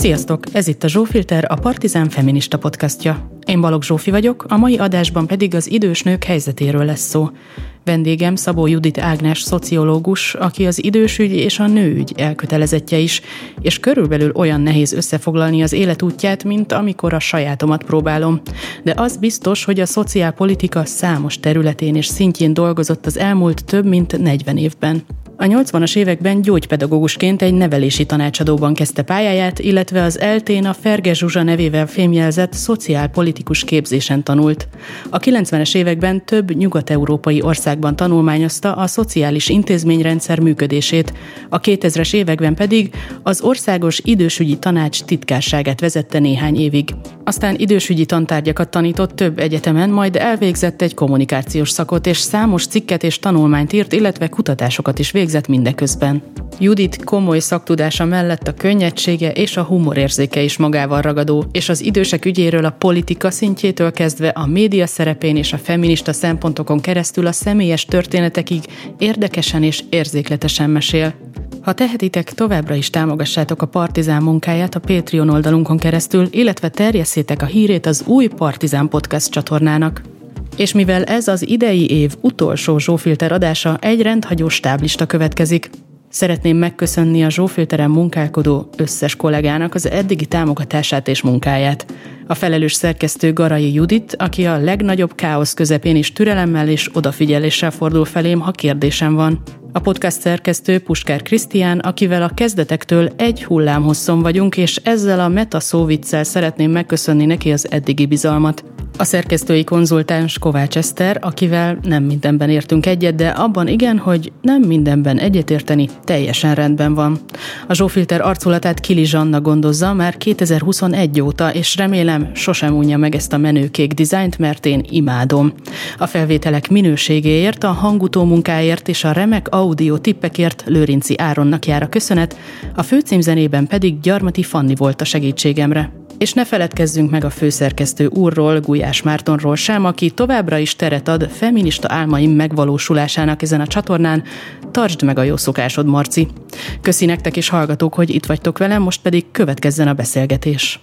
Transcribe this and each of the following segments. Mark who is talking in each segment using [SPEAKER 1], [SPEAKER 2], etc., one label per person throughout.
[SPEAKER 1] Sziasztok! Ez itt a Zsófilter, a Partizán feminista podcastja. Én Balogh Zsófi vagyok, a mai adásban pedig az idős nők helyzetéről lesz szó. Vendégem Szabó Judit Ágnes szociológus, aki az idősügy és a nőügy elkötelezettje is, és körülbelül olyan nehéz összefoglalni az életútját, mint amikor a sajátomat próbálom. De az biztos, hogy a szociálpolitika számos területén és szintjén dolgozott az elmúlt több mint 40 évben. A 80-as években gyógypedagógusként egy nevelési tanácsadóban kezdte pályáját, illetve az ELTÉn a Ferge Zsuzsa nevével fémjelzett szociálpolitikus képzésen tanult. A 90-es években több nyugat-európai országban tanulmányozta a szociális intézményrendszer működését, a 2000-es években pedig az Országos Idősügyi Tanács titkárságát vezette néhány évig. Aztán idősügyi tantárgyakat tanított több egyetemen, majd elvégzett egy kommunikációs szakot, és számos cikket és tanulmányt írt, illetve kutatásokat is végzett mindeközben. Judit komoly szaktudása mellett a könnyedsége és a humorérzéke is magával ragadó, és az idősek ügyéről a politika szintjétől kezdve a média szerepén és a feminista szempontokon keresztül a személyes történetekig érdekesen és érzékletesen mesél. Ha tehetitek, továbbra is támogassátok a Partizán munkáját a Patreon oldalunkon keresztül, illetve terjesszétek a hírét az új Partizán podcast csatornának. És mivel ez az idei év utolsó Zsófilter adása, egy rendhagyó stáblista következik. Szeretném megköszönni a Zsófilteren munkálkodó összes kollégának az eddigi támogatását és munkáját. A felelős szerkesztő Garai Judit, aki a legnagyobb káosz közepén is türelemmel és odafigyeléssel fordul felém, ha kérdésem van. A podcast szerkesztő Puskár Krisztián, akivel a kezdetektől egy hullámhosszon vagyunk, és ezzel a metaszóviccel szeretném megköszönni neki az eddigi bizalmat. A szerkesztői konzultáns Kovács Eszter, akivel nem mindenben értünk egyet, de abban igen, hogy nem mindenben egyetérteni teljesen rendben van. A Zsófilter arculatát Kili Zsanna gondozza már 2021 óta, és remélem sosem unja meg ezt a menőkék dizájnt, mert én imádom. A felvételek minőségéért, a hangutó munkáért és a remek audio tippekért Lőrinci Áronnak jár a köszönet, a főcímzenében pedig Gyarmati Fanni volt a segítségemre. És ne feledkezzünk meg a főszerkesztő úrról, Gulyás Mártonról sem, aki továbbra is teret ad feminista álmaim megvalósulásának ezen a csatornán. Tartsd meg a jó szokásod, Marci! Köszi nektek és hallgatók, hogy itt vagytok velem, most pedig következzen a beszélgetés.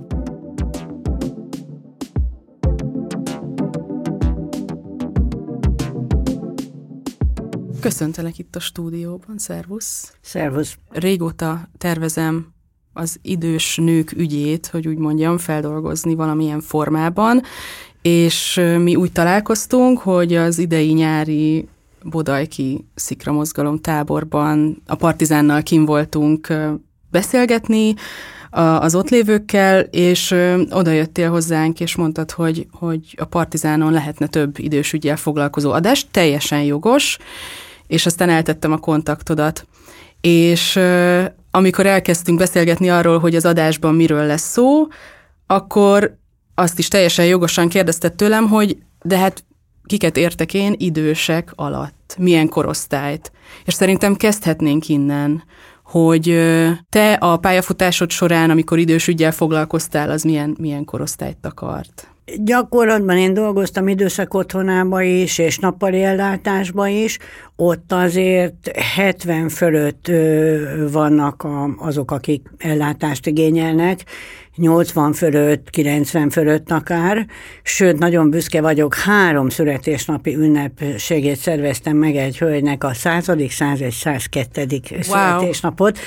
[SPEAKER 1] Köszöntelek itt a stúdióban, szervusz!
[SPEAKER 2] Szervusz!
[SPEAKER 1] Régóta tervezem az idős nők ügyét, hogy úgy mondjam, feldolgozni valamilyen formában, és mi úgy találkoztunk, hogy az idei nyári Bodajki Szikramozgalom táborban a Partizánnal kint voltunk beszélgetni az ott lévőkkel, és oda jöttél hozzánk, és mondtad, hogy a Partizánon lehetne több idős üggyel foglalkozó adás, teljesen jogos, és aztán eltettem a kontaktodat. És amikor elkezdtünk beszélgetni arról, hogy az adásban miről lesz szó, akkor azt is teljesen jogosan kérdezted tőlem, hogy de hát kiket értek én idősek alatt, milyen korosztályt. És szerintem kezdhetnénk innen, hogy te a pályafutásod során, amikor idős üggyel foglalkoztál, az milyen korosztályt takart?
[SPEAKER 2] Gyakorlatban én dolgoztam idősek otthonába is, és nappali ellátásba is. Ott azért 70 fölött vannak azok, akik ellátást igényelnek, 80 fölött, 90 fölött akár, sőt, nagyon büszke vagyok, 3 születésnapi ünnepségét szerveztem meg egy hölgynek, a 100., 101., 102. születésnapot.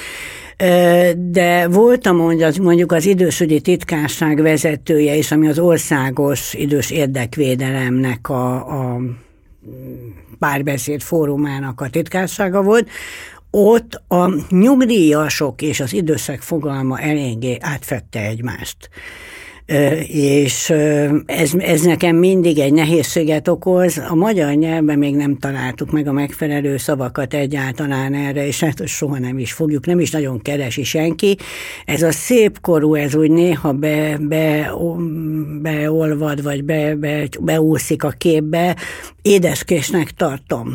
[SPEAKER 2] De voltam mondjuk az idősügyi titkárság vezetője is, ami az országos idős érdekvédelemnek a párbeszéd fórumának a titkársága volt. Ott a nyugdíjasok és az idősek fogalma eléggé átfette egymást. És ez nekem mindig egy nehézséget okoz. A magyar nyelvben még nem találtuk meg a megfelelő szavakat egyáltalán erre, és hát soha nem is fogjuk, nem is nagyon keresi senki. Ez a szépkorú, ez úgy néha beolvad, vagy beúszik a képbe, édeskésnek tartom.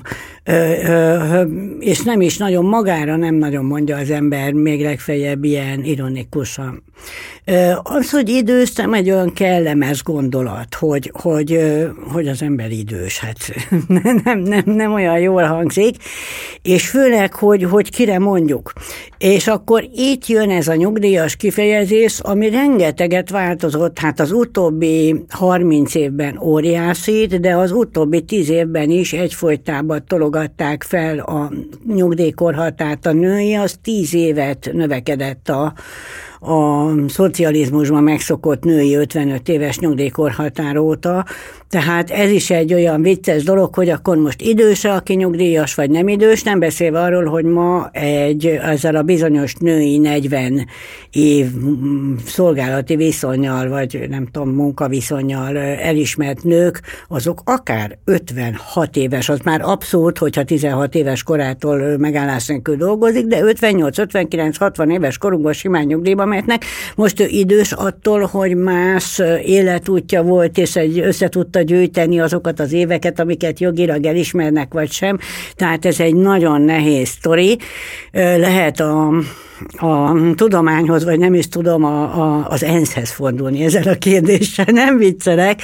[SPEAKER 2] És nem is nagyon magára nem nagyon mondja az ember, még legfeljebb ilyen ironikusan. Az, hogy idős, nem egy olyan kellemes gondolat, hogy az ember idős, hát nem olyan jól hangzik, és főleg, hogy kire mondjuk. És akkor itt jön ez a nyugdíjas kifejezés, ami rengeteget változott, hát az utóbbi 30 évben óriásit, de az utóbbi 10 évben is egyfolytában tologatták fel a nyugdíjkorhatárt. A női az 10 évet növekedett a szocializmusban megszokott női 55 éves nyugdíjkorhatár óta, tehát ez is egy olyan vicces dolog, hogy akkor most idős, aki nyugdíjas, vagy nem idős, nem beszélve arról, hogy ma ezzel a bizonyos női 40 év szolgálati viszonnyal, vagy nem tudom, munkaviszonnyal elismert nők, azok akár 56 éves, az már abszurd, hogyha 16 éves korától megállás nélkül dolgozik, de 58, 59, 60 éves korunkban simán nyugdíjba mehetnek. Most ő idős attól, hogy más életútja volt, és össze tudta gyűjteni azokat az éveket, amiket jogilag elismernek, vagy sem. Tehát ez egy nagyon nehéz sztori. Lehet a tudományhoz, vagy nem is tudom, az ENSZ-hez fordulni ezzel a kérdéssel, nem viccelek.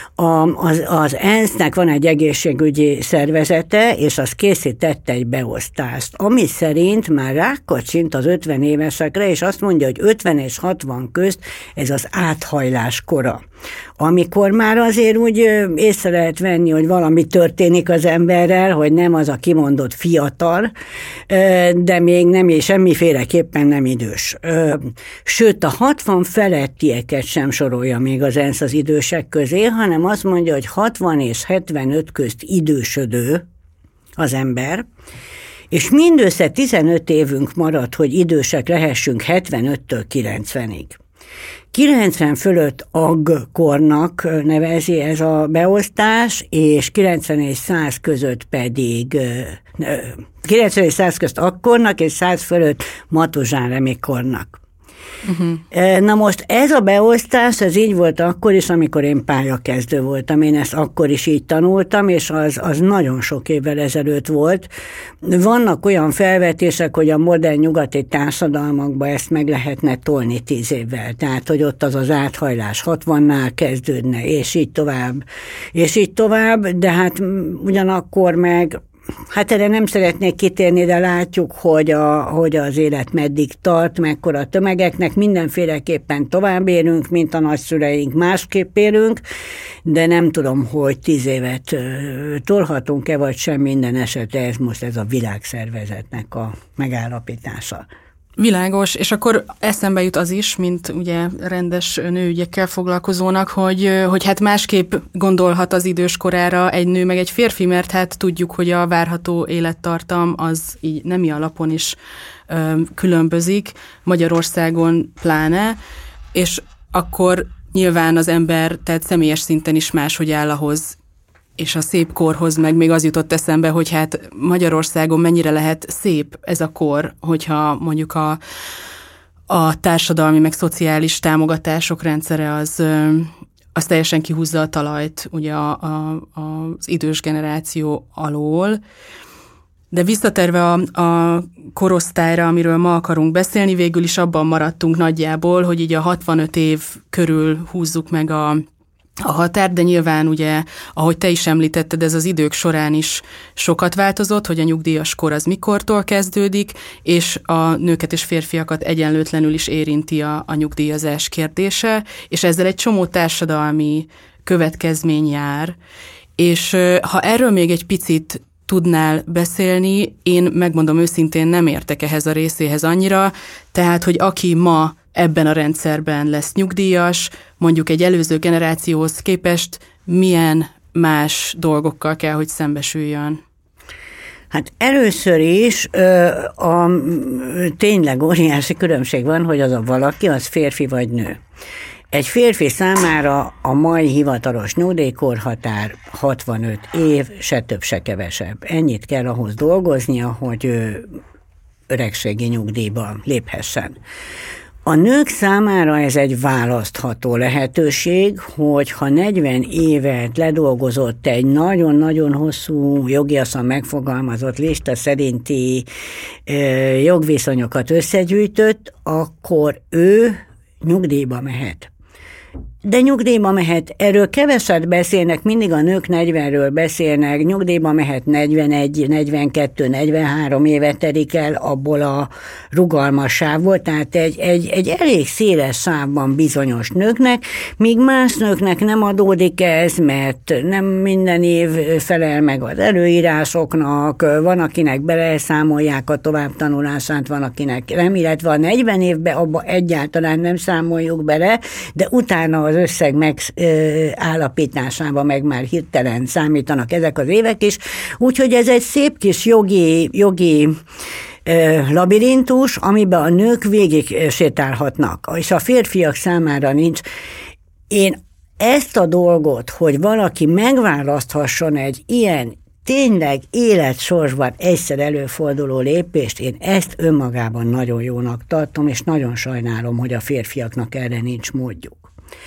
[SPEAKER 2] Az ENSZ-nek van egy egészségügyi szervezete, és az készítette egy beosztást, ami szerint már rákacsint az 50 évesekre, és azt mondja, hogy 50 és 60 közt ez az áthajlás kora. Amikor már azért úgy észre lehet venni, hogy valami történik az emberrel, hogy nem az a kimondott fiatal, de még nem, és semmiféleképpen nem idős. Sőt, a 60 felettieket sem sorolja még az ENSZ az idősek közé, hanem azt mondja, hogy 60 és 75 közt idősödő az ember, és mindössze 15 évünk maradt, hogy idősek lehessünk 75-től 90-ig. 90 fölött agkornak nevezi ez a beosztás, és 90 és 100 között pedig 90 és 100 közt agkornak, és 100 fölött Matuzsán Remikornak. Uh-huh. Na most ez a beosztás, ez így volt akkor is, amikor én pályakezdő voltam. Én ezt akkor is így tanultam, és az nagyon sok évvel ezelőtt volt. Vannak olyan felvetések, hogy a modern nyugati társadalmakban ezt meg lehetne tolni 10 évvel. Tehát, hogy ott az áthajlás 60-nál kezdődne, és így tovább, de hát ugyanakkor meg hát erre nem szeretnék kitérni, de látjuk, hogy az élet meddig tart, mekkora tömegeknek, mindenféleképpen tovább érünk, mint a nagyszüleink, másképp érünk, de nem tudom, hogy 10 évet tolhatunk-e, vagy sem, minden esetre ez a világszervezetnek a megállapítása.
[SPEAKER 1] Világos, és akkor eszembe jut az is, mint ugye rendes nőügyekkel foglalkozónak, hogy hát másképp gondolhat az idős korára egy nő meg egy férfi, mert hát tudjuk, hogy a várható élettartam az így nemi alapon is különbözik, Magyarországon pláne, és akkor nyilván az ember, tehát személyes szinten is máshogy áll ahhoz, és a szép korhoz meg még az jutott eszembe, hogy hát Magyarországon mennyire lehet szép ez a kor, hogyha mondjuk a társadalmi meg szociális támogatások rendszere az teljesen kihúzza a talajt ugye az idős generáció alól. De visszatérve a korosztályra, amiről ma akarunk beszélni, végül is abban maradtunk nagyjából, hogy így a 65 év körül húzzuk meg a határ, de nyilván ugye, ahogy te is említetted, ez az idők során is sokat változott, hogy a nyugdíjas kor az mikortól kezdődik, és a nőket és férfiakat egyenlőtlenül is érinti a nyugdíjazás kérdése, és ezzel egy csomó társadalmi következmény jár. És ha erről még egy picit tudnál beszélni, én megmondom őszintén, nem értek ehhez a részéhez annyira, tehát, hogy aki ma ebben a rendszerben lesz nyugdíjas, mondjuk egy előző generációhoz képest milyen más dolgokkal kell, hogy szembesüljön?
[SPEAKER 2] Hát először is tényleg óriási különbség van, hogy az a valaki, az férfi vagy nő. Egy férfi számára a mai hivatalos nyugdíjkorhatár 65 év, se több, se kevesebb. Ennyit kell ahhoz dolgoznia, hogy öregségi nyugdíjba léphessen. A nők számára ez egy választható lehetőség, hogy ha 40 évet ledolgozott egy nagyon-nagyon hosszú, jogiasan megfogalmazott lista szerinti jogviszonyokat összegyűjtött, akkor ő nyugdíjba mehet. de nyugdíjba mehet, erről keveset beszélnek, mindig a nők 40-ről beszélnek, nyugdíjba mehet 41, 42, 43 évet telik el abból a rugalmas sávból, tehát egy elég széles sávban bizonyos nőknek, míg más nőknek nem adódik ez, mert nem minden év felel meg az előírásoknak, van, akinek beleszámolják a továbbtanulását, van, akinek nem, illetve a 40 évben abba egyáltalán nem számoljuk bele, de utána az összeg megállapításában meg már hirtelen számítanak ezek az évek is. Úgyhogy ez egy szép kis jogi labirintus, amiben a nők végig sétálhatnak, és a férfiak számára nincs. Én ezt a dolgot, hogy valaki megválaszthasson egy ilyen tényleg életsorsban egyszer előforduló lépést, én ezt önmagában nagyon jónak tartom, és nagyon sajnálom, hogy a férfiaknak erre nincs módjuk.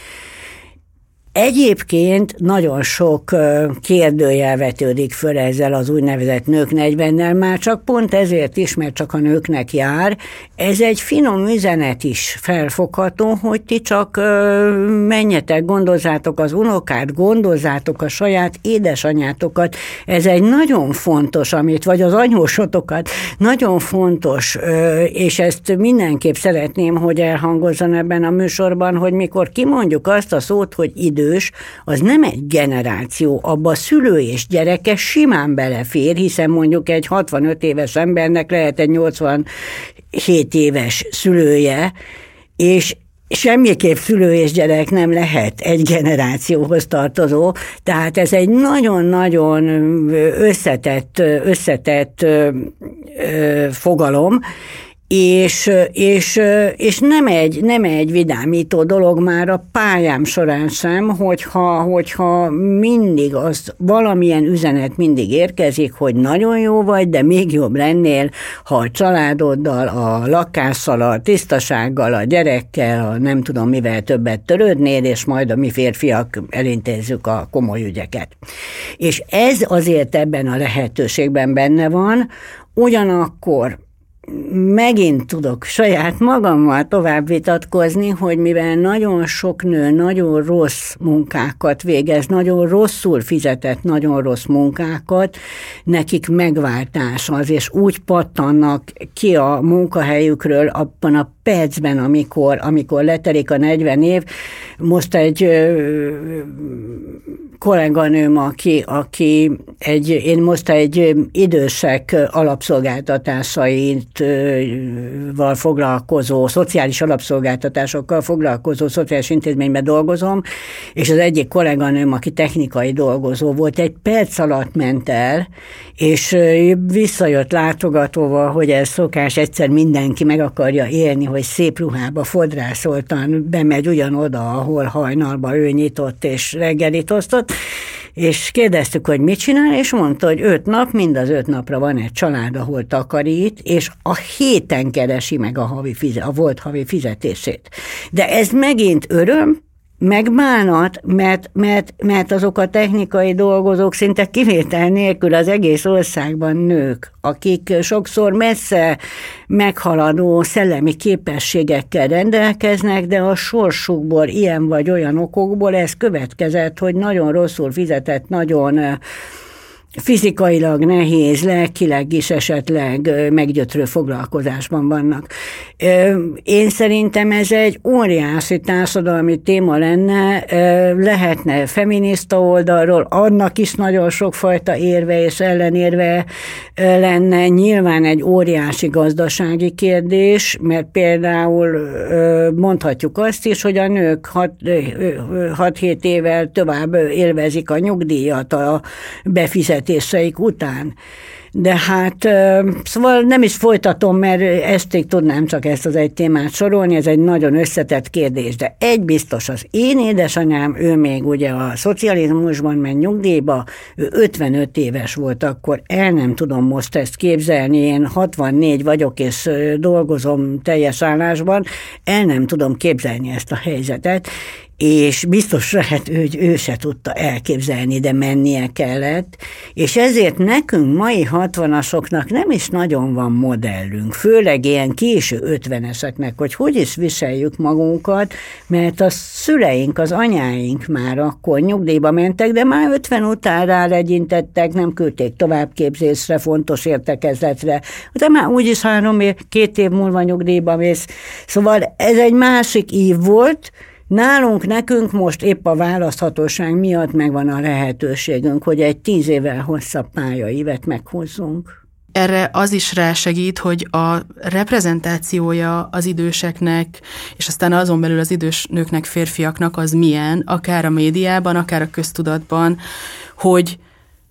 [SPEAKER 2] Egyébként nagyon sok kérdőjel vetődik föl ezzel az úgynevezett nők 40-nel, már csak pont ezért is, mert csak a nőknek jár. Ez egy finom üzenet is felfogható, hogy ti csak menjetek, gondozzátok az unokát, gondozzátok a saját édesanyátokat. Ez egy nagyon fontos, vagy az anyósotokat, nagyon fontos, és ezt mindenképp szeretném, hogy elhangozzon ebben a műsorban, hogy mikor kimondjuk azt a szót, hogy idő, az nem egy generáció, abba szülő és gyereke simán belefér, hiszen mondjuk egy 65 éves embernek lehet egy 87 éves szülője, és semmiképp szülő és gyerek nem lehet egy generációhoz tartozó, tehát ez egy nagyon-nagyon összetett fogalom, és nem egy vidámító dolog már a pályám során sem, hogyha mindig az valamilyen üzenet mindig érkezik, hogy nagyon jó vagy, de még jobb lennél, ha a családoddal, a lakással, a tisztasággal, a gyerekkel, a nem tudom mivel többet törődnél, és majd a mi férfiak elintézzük a komoly ügyeket. És ez azért ebben a lehetőségben benne van, ugyanakkor megint tudok saját magammal tovább vitatkozni, hogy mivel nagyon sok nő nagyon rossz munkákat végez, nagyon rosszul fizetett, nagyon rossz munkákat, nekik megváltás az, és úgy pattannak ki a munkahelyükről abban a percben, amikor letelik a 40 év. Most egy kolléganőm, én most egy idősek alapszolgáltatásaival foglalkozó, szociális alapszolgáltatásokkal foglalkozó szociális intézményben dolgozom, és az egyik kolléganőm, aki technikai dolgozó volt, egy perc alatt ment el, és visszajött látogatóval, hogy ez szokás, egyszer mindenki meg akarja élni, hogy szép ruhába fodrászoltan bemegy ugyanoda, ahol hajnalban ő nyitott és reggelit osztott, és kérdeztük, hogy mit csinál, és mondta, hogy 5 nap, mind az 5 napra van egy család, ahol takarít, és a héten keresi meg a volt havi fizetését. De ez megint öröm, meg bánat, mert azok a technikai dolgozók szinte kivétel nélkül az egész országban nők, akik sokszor messze meghaladó szellemi képességekkel rendelkeznek, de a sorsukból, ilyen vagy olyan okokból ez következett, hogy nagyon rosszul fizetett, nagyon fizikailag nehéz, lelkileg is esetleg meggyötrő foglalkozásban vannak. Én szerintem ez egy óriási társadalmi téma lenne, lehetne feminista oldalról, annak is nagyon sokfajta érve és ellenérve lenne, nyilván egy óriási gazdasági kérdés, mert például mondhatjuk azt is, hogy a nők 6-7 évvel tovább élvezik a nyugdíjat a befizetéseik után. De hát, szóval nem is folytatom, mert estig tudnám csak ezt az egy témát sorolni, ez egy nagyon összetett kérdés, de egy biztos, az én édesanyám, ő még ugye a szocializmusban ment nyugdíjba, ő 55 éves volt akkor, el nem tudom most ezt képzelni, én 64 vagyok és dolgozom teljes állásban, el nem tudom képzelni ezt a helyzetet, és biztos lehet, hogy ő se tudta elképzelni, de mennie kellett, és ezért nekünk mai 60-asoknak nem is nagyon van modellünk, főleg ilyen késő 50-eseknek, hogy is viseljük magunkat, mert a szüleink, az anyáink már akkor nyugdíjba mentek, de már 50 után rálegyintettek, nem küldték továbbképzésre, fontos értekezletre, de már úgyis 2 év múlva nyugdíjba mész. Szóval ez egy másik ív volt. Nekünk most épp a választhatóság miatt megvan a lehetőségünk, hogy egy 10 évvel hosszabb pályaívet meghúzzunk.
[SPEAKER 1] Erre az is rásegít, hogy a reprezentációja az időseknek, és aztán azon belül az idős nőknek, férfiaknak az milyen, akár a médiában, akár a köztudatban, hogy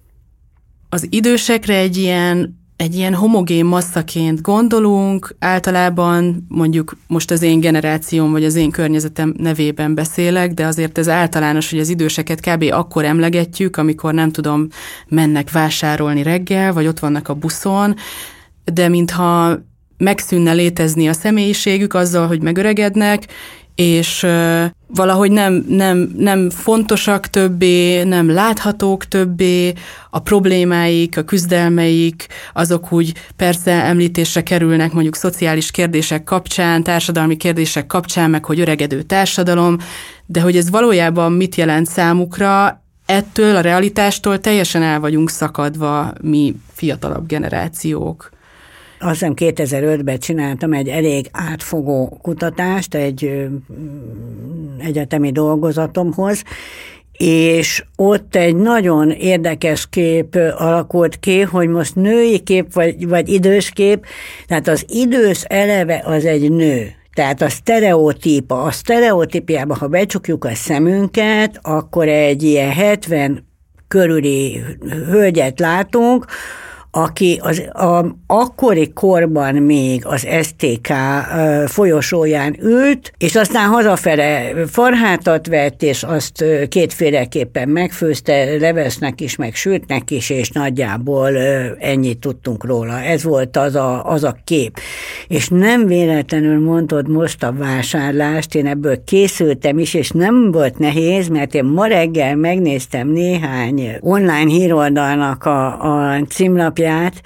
[SPEAKER 1] az idősekre egy ilyen homogén masszaként gondolunk, általában mondjuk most az én generációm, vagy az én környezetem nevében beszélek, de azért ez általános, hogy az időseket kb. Akkor emlegetjük, amikor nem tudom, mennek vásárolni reggel, vagy ott vannak a buszon, de mintha megszűnne létezni a személyiségük azzal, hogy megöregednek, és valahogy nem fontosak többé, nem láthatók többé, a problémáik, a küzdelmeik, azok úgy persze említésre kerülnek mondjuk szociális kérdések kapcsán, társadalmi kérdések kapcsán, meg hogy öregedő társadalom, de hogy ez valójában mit jelent számukra, ettől a realitástól teljesen el vagyunk szakadva mi fiatalabb generációk.
[SPEAKER 2] Azt hiszem 2005-ben csináltam egy elég átfogó kutatást egy egyetemi dolgozatomhoz, és ott egy nagyon érdekes kép alakult ki, hogy most női kép vagy idős kép, tehát az idős eleve az egy nő. Tehát a sztereotípiába, ha becsukjuk a szemünket, akkor egy ilyen 70 körüli hölgyet látunk, aki az akkori korban még az STK folyosóján ült, és aztán hazafele farhátat vett, és azt kétféleképpen megfőzte, levesnek is, meg sültnek is, és nagyjából ennyit tudtunk róla. Ez volt az a kép. És nem véletlenül mondod most a vásárlást, én ebből készültem is, és nem volt nehéz, mert én ma reggel megnéztem néhány online híroldalnak a címlapját.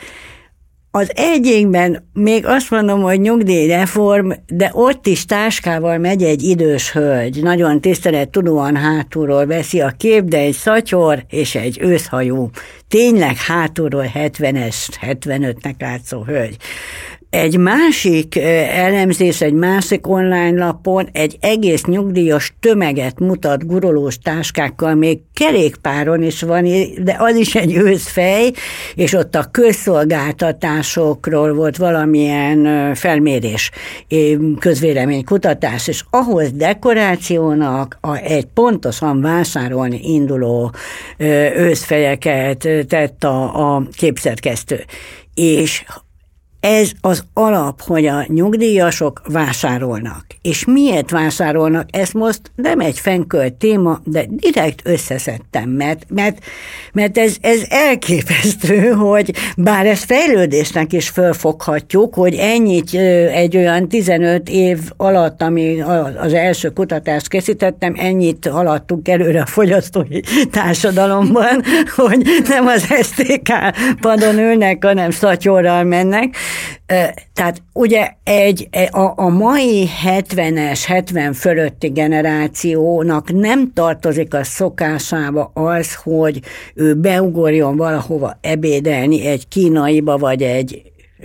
[SPEAKER 2] Az egyikben még azt mondom, hogy nyugdíjreform, de ott is táskával megy egy idős hölgy. Nagyon tisztelettudóan hátulról veszi a kép, de egy szatyor és egy őszhajú. Tényleg hátulról 75-nek látszó hölgy. Egy másik elemzés, egy másik online lapon egy egész nyugdíjas tömeget mutat gurulós táskákkal, még kerékpáron is van, de az is egy őszfej, és ott a közszolgáltatásokról volt valamilyen felmérés, közvéleménykutatás, és ahhoz dekorációnak egy pontosan vásárolni induló őszfejeket tett a képszerkesztő. És ez az alap, hogy a nyugdíjasok vásárolnak. És miért vásárolnak? Ez most nem egy fennkölt téma, de direkt összeszedtem, mert ez elképesztő, hogy bár ezt fejlődésnek is fölfoghatjuk, hogy ennyit egy olyan 15 év alatt, ami az első kutatást készítettem, ennyit haladtunk előre a fogyasztói társadalomban, hogy nem az STK padon ülnek, hanem szatyorral mennek. Tehát ugye a mai 70-es, 70 fölötti generációnak nem tartozik a szokásába az, hogy ő beugorjon valahova ebédelni egy kínaiba, vagy egy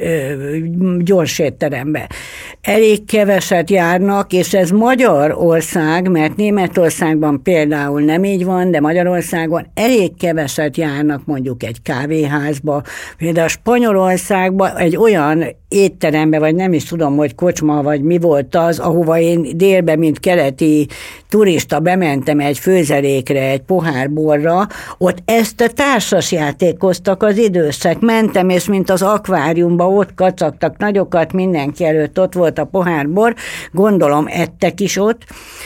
[SPEAKER 2] gyors étterembe. Elég keveset járnak, és ez Magyarország, mert Németországban például nem így van, de Magyarországon elég keveset járnak mondjuk egy kávéházba, például Spanyolországban egy olyan étterembe, vagy nem is tudom, hogy kocsma, vagy mi volt az, ahova én délbe, mint keleti turista bementem egy főzelékre, egy pohár borra, ott ezt a társasjátékoztak az idősek. Mentem, és mint az akváriumban ott kacagtak nagyokat, mindenki előtt ott volt a pohár bor, gondolom ettek is ott.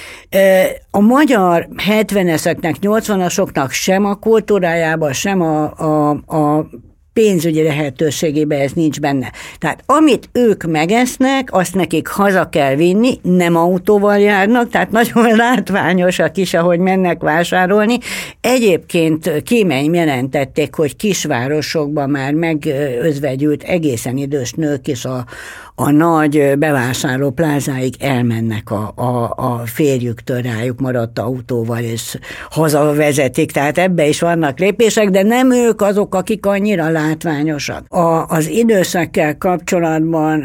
[SPEAKER 2] A magyar 70-eseknek, 80-asoknak sem a kultúrájába, sem a pénzügyi lehetőségében ez nincs benne. Tehát amit ők megesznek, azt nekik haza kell vinni, nem autóval járnak, tehát nagyon látványosak is, ahogy mennek vásárolni. Egyébként kímény jelentették, hogy kisvárosokban már megözvegyült egészen idős nők is a nagy bevásárló plázáig elmennek a férjüktől, rájuk maradt autóval, és hazavezetik. Tehát ebbe is vannak lépések, de nem ők azok, akik annyira látványosak. Az időszakkel kapcsolatban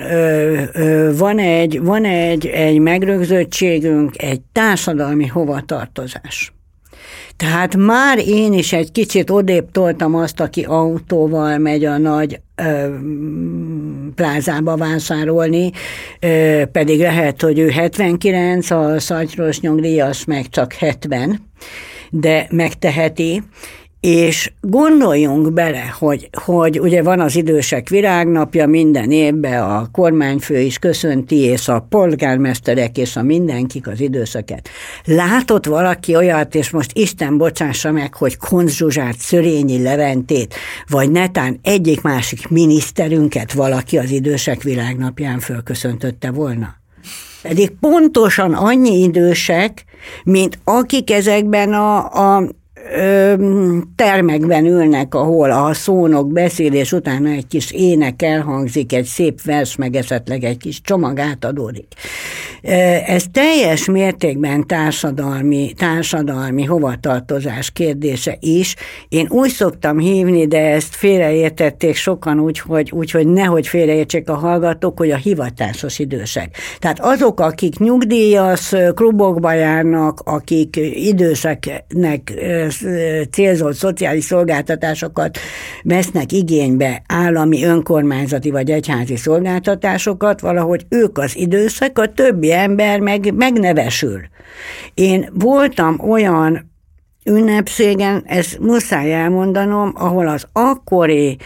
[SPEAKER 2] van egy megrögzöttségünk, egy társadalmi hovatartozás. Tehát már én is egy kicsit odébb toltam azt, aki autóval megy a nagy plázába vásárolni, pedig lehet, hogy ő 79, a szatyros nyugdíjas meg csak 70, de megteheti. És gondoljunk bele, hogy ugye van az idősek virágnapja, minden évben a kormányfő is köszönti, és a polgármesterek, és a mindenkik az időseket. Látott valaki olyat, és most Isten bocsássa meg, hogy Koncz Zsuzsát, Szörényi Leventét, vagy netán egyik-másik miniszterünket valaki az idősek világnapján fölköszöntötte volna? Pedig pontosan annyi idősek, mint akik ezekben a termekben ülnek, ahol a szónok beszél, és utána egy kis ének elhangzik, egy szép vers, meg esetleg egy kis csomag átadódik. Ez teljes mértékben társadalmi hovatartozás kérdése is. Én úgy szoktam hívni, de ezt félreértették sokan úgyhogy nehogy félreértsék a hallgatók, hogy a hivatásos idősek. Tehát azok, akik nyugdíjas klubokba járnak, akik időseknek célzott szociális szolgáltatásokat vesznek igénybe, állami, önkormányzati vagy egyházi szolgáltatásokat, valahogy ők az idősek, a többi ember megnevesül. Én voltam olyan ünnepségen, ezt muszáj elmondanom, ahol az akkori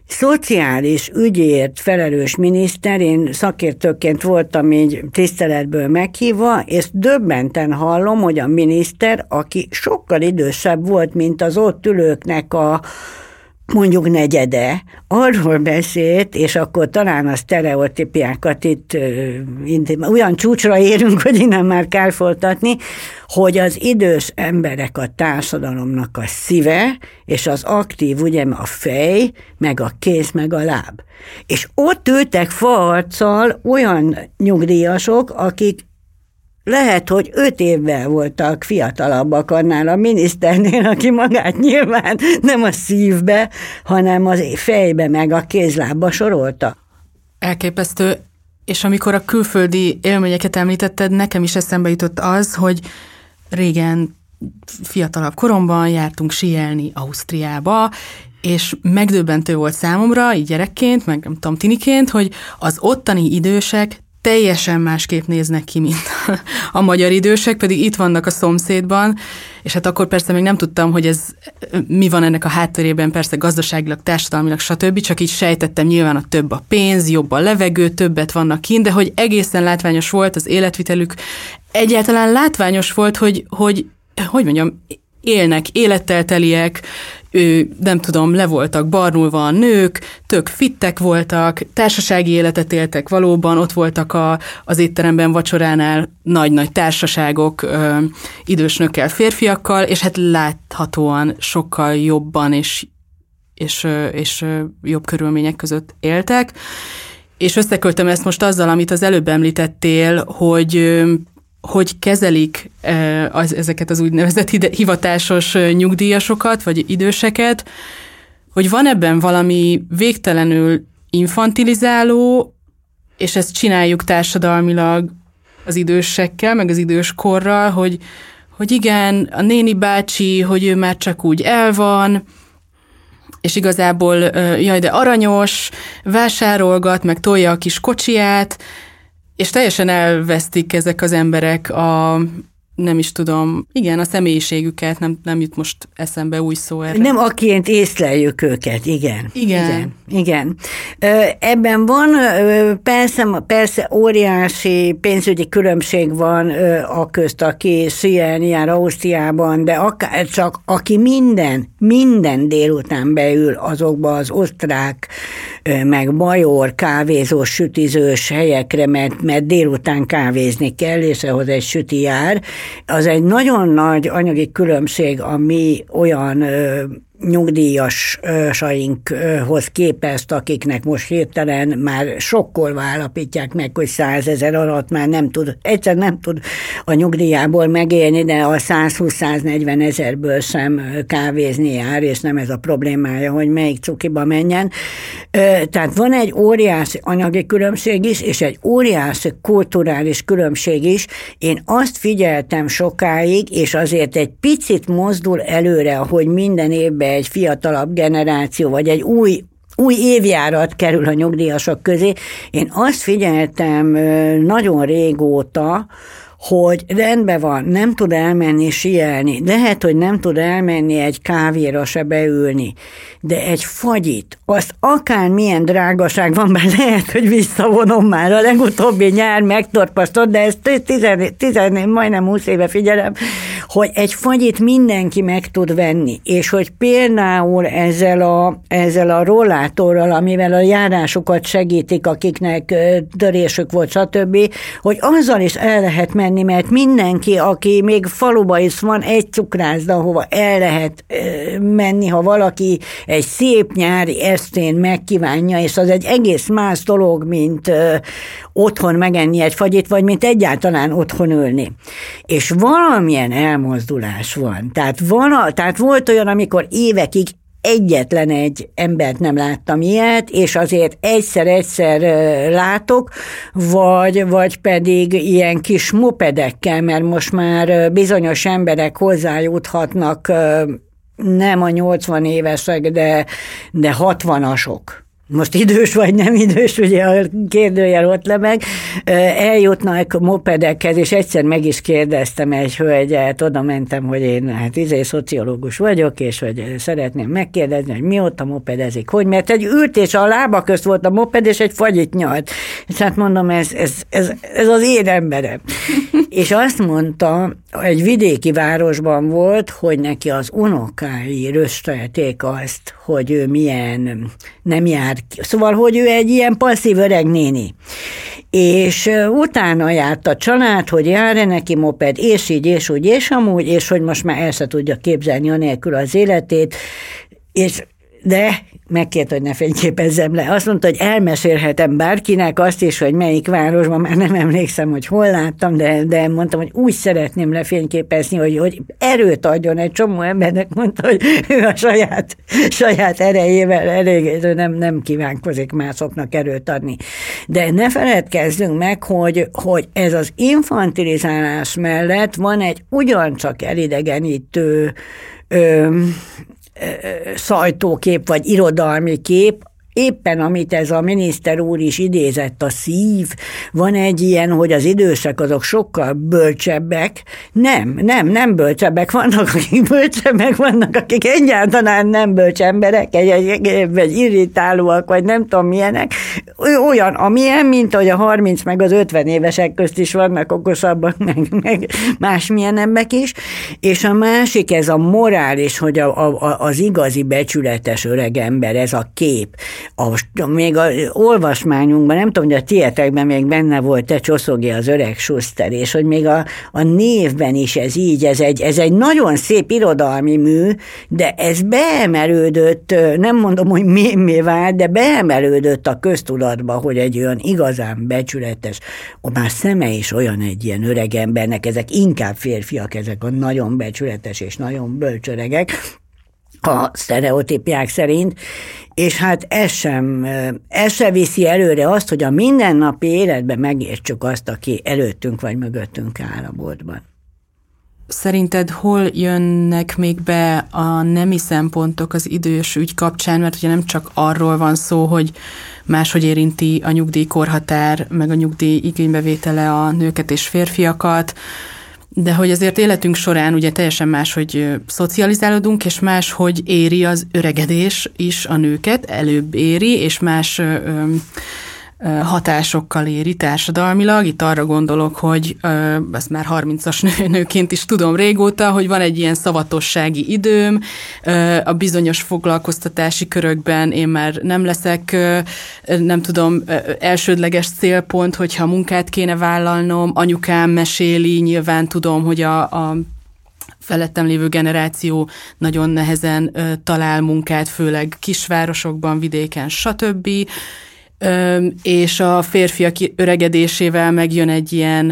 [SPEAKER 2] szociális ügyért felelős miniszter, én szakértőként voltam így tiszteletből meghívva, és döbbenten hallom, hogy a miniszter, aki sokkal idősebb volt, mint az ott ülőknek a mondjuk negyede, arról beszélt, és akkor talán a sztereotípiákat itt olyan csúcsra érünk, hogy innen már kell folytatni, hogy az idős emberek a társadalomnak a szíve, és az aktív, ugye a fej, meg a kéz, meg a láb. És ott ültek faarccal olyan nyugdíjasok, akik lehet, hogy 5 évvel voltak fiatalabbak annál a miniszternél, aki magát nyilván nem a szívbe, hanem az fejbe meg a kézlábba sorolta.
[SPEAKER 1] Elképesztő. És amikor a külföldi élményeket említetted, nekem is eszembe jutott az, hogy régen fiatalabb koromban jártunk síelni Ausztriába, és megdöbbentő volt számomra, így gyerekként, meg nem tudom, tiniként, hogy az ottani idősek teljesen másképp néznek ki, mint a magyar idősek, pedig itt vannak a szomszédban, és hát akkor persze még nem tudtam, hogy ez mi van ennek a hátterében, persze gazdaságilag, társadalmilag, stb., csak így sejtettem, nyilván a több a pénz, jobb a levegő, többet vannak kint, de hogy egészen látványos volt az életvitelük, egyáltalán látványos volt, hogy mondjam, élnek, élettel teliek, nem tudom, le voltak barnulva a nők, tök fittek voltak, társasági életet éltek valóban, ott voltak az étteremben vacsoránál nagy-nagy társaságok idős nőkkel, férfiakkal, és hát láthatóan sokkal jobban és jobb körülmények között éltek. És összeköltöm ezt most azzal, amit az előbb említettél, hogy kezelik ezeket az úgynevezett hivatásos nyugdíjasokat, vagy időseket, hogy van ebben valami végtelenül infantilizáló, és ezt csináljuk társadalmilag az idősekkel, meg az időskorral, hogy igen, a néni bácsi, hogy ő már csak úgy el van, és igazából jaj, de aranyos, vásárolgat, meg tolja a kis kocsiját, és teljesen elvesztik ezek az emberek nem is tudom, igen, a személyiségüket, nem jut most eszembe új szó erre.
[SPEAKER 2] Nem akként észleljük őket, igen. Ebben van, persze óriási pénzügyi különbség van aközt, aki szülni jár Ausztriában, de csak aki minden délután beül azokba az osztrák, meg bajor, kávézós, sütizős helyekre, mert délután kávézni kell, és ahhoz egy süti jár, az egy nagyon nagy anyagi különbség a mi olyan nyugdíjasainkhoz képest, akiknek most hirtelen már sokkolva állapítják meg, hogy 100 000 alatt már nem tud a nyugdíjából megélni, de a 120-140 ezerből sem kávézni jár, és nem ez a problémája, hogy melyik cukiba menjen. Tehát van egy óriási anyagi különbség is, és egy óriási kulturális különbség is. Én azt figyeltem sokáig, és azért egy picit mozdul előre, hogy minden évben egy fiatalabb generáció, vagy egy új évjárat kerül a nyugdíjasok közé. Én azt figyeltem nagyon régóta, hogy rendben van, nem tud elmenni síelni, lehet, hogy nem tud elmenni egy kávéra se beülni, de egy fagyit, azt akármilyen drágaság van, bár lehet, hogy visszavonom már, a legutóbbi nyár megtorpasztott, de ezt majdnem 20 éve figyelem, hogy egy fagyit mindenki meg tud venni, és hogy például ezzel a rollátorral, amivel a járásokat segítik, akiknek törésük volt, stb., hogy azzal is el lehet menni, mert mindenki, aki még faluba is van egy cukrászda, ahova el lehet menni, ha valaki egy szép nyári estén megkívánja, és az egy egész más dolog, mint otthon megenni egy fagyit, vagy mint egyáltalán otthon ülni. És valamilyen elmozdulás van. Tehát volt olyan, amikor évekig egyetlen egy embert nem láttam ilyet, és azért egyszer látok, vagy pedig ilyen kis mopedekkel, mert most már bizonyos emberek hozzájuthatnak, nem a 80 évesek, de 60-asok. Most idős vagy nem idős, ugye a kérdőjel ott lebeg, eljutnak mopedekhez, és egyszer meg is kérdeztem egy hölgyet, oda mentem, hogy én szociológus vagyok, és hogy szeretném megkérdezni, hogy mióta mopedezik, hogy, mert egy ült, és a lába közt volt a moped, és egy fagyit nyalt. És hát mondom, ez az én emberem. És azt mondta, egy vidéki városban volt, hogy neki az unokái röstelték azt, hogy ő milyen nem jár ki. Szóval, hogy ő egy ilyen passzív öreg néni. És utána járt a család, hogy jár-e neki moped, és így, és úgy, és amúgy, és hogy most már el se tudja képzelni anélkül az életét, de megkért, hogy ne fényképezzem le. Azt mondta, hogy elmesélhetem bárkinek azt is, hogy melyik városban, már nem emlékszem, hogy hol láttam, de mondtam, hogy úgy szeretném lefényképezni, hogy erőt adjon egy csomó embernek, mondta, hogy ő a saját erejével elég, nem kívánkozik másoknak erőt adni. De ne feledkezzünk meg, hogy ez az infantilizálás mellett van egy ugyancsak elidegenítő sajtókép, vagy irodalmi kép, éppen amit ez a miniszter úr is idézett, a szív, van egy ilyen, hogy az idősek azok sokkal bölcsebbek. Nem bölcsebbek, vannak, akik bölcsebbek, vannak, akik egyáltalán nem bölcs emberek, vagy irritálóak, vagy nem tudom milyenek. Olyan, amilyen, mint hogy a 30 meg az 50 évesek közt is vannak okosabbak, meg másmilyenebbek is. És a másik, ez a morális, hogy az igazi becsületes öreg ember, ez a kép. Még az olvasmányunkban, nem tudom, hogy a tietekben még benne volt, te csoszogja az öreg Schuster, és hogy még a névben is ez így, ez egy nagyon szép irodalmi mű, de ez beemelődött, nem mondom, hogy mémé vált, de beemelődött a köztudatba, hogy egy olyan igazán becsületes, már szeme is olyan egy ilyen öreg embernek, ezek inkább férfiak, ezek a nagyon becsületes és nagyon bölcs öregek, a sztereotípiák szerint, és hát ez sem viszi előre azt, hogy a mindennapi életben megértsük azt, aki előttünk vagy mögöttünk áll a boltban.
[SPEAKER 1] Szerinted hol jönnek még be a nemi szempontok az idős ügy kapcsán, mert ugye nem csak arról van szó, hogy máshogy érinti a nyugdíjkorhatár, meg a nyugdíj igénybevétele a nőket és férfiakat, De hogy azért életünk során ugye teljesen máshogy szocializálódunk, és máshogy éri az öregedés is a nőket, előbb éri, és más hatásokkal éri társadalmilag. Itt arra gondolok, hogy ezt már 30-as nőként is tudom régóta, hogy van egy ilyen szavatossági időm, a bizonyos foglalkoztatási körökben én már nem leszek, nem tudom, elsődleges célpont, hogyha munkát kéne vállalnom, anyukám meséli, nyilván tudom, hogy a felettem lévő generáció nagyon nehezen talál munkát, főleg kisvárosokban, vidéken, stb., és a férfiak öregedésével megjön egy ilyen,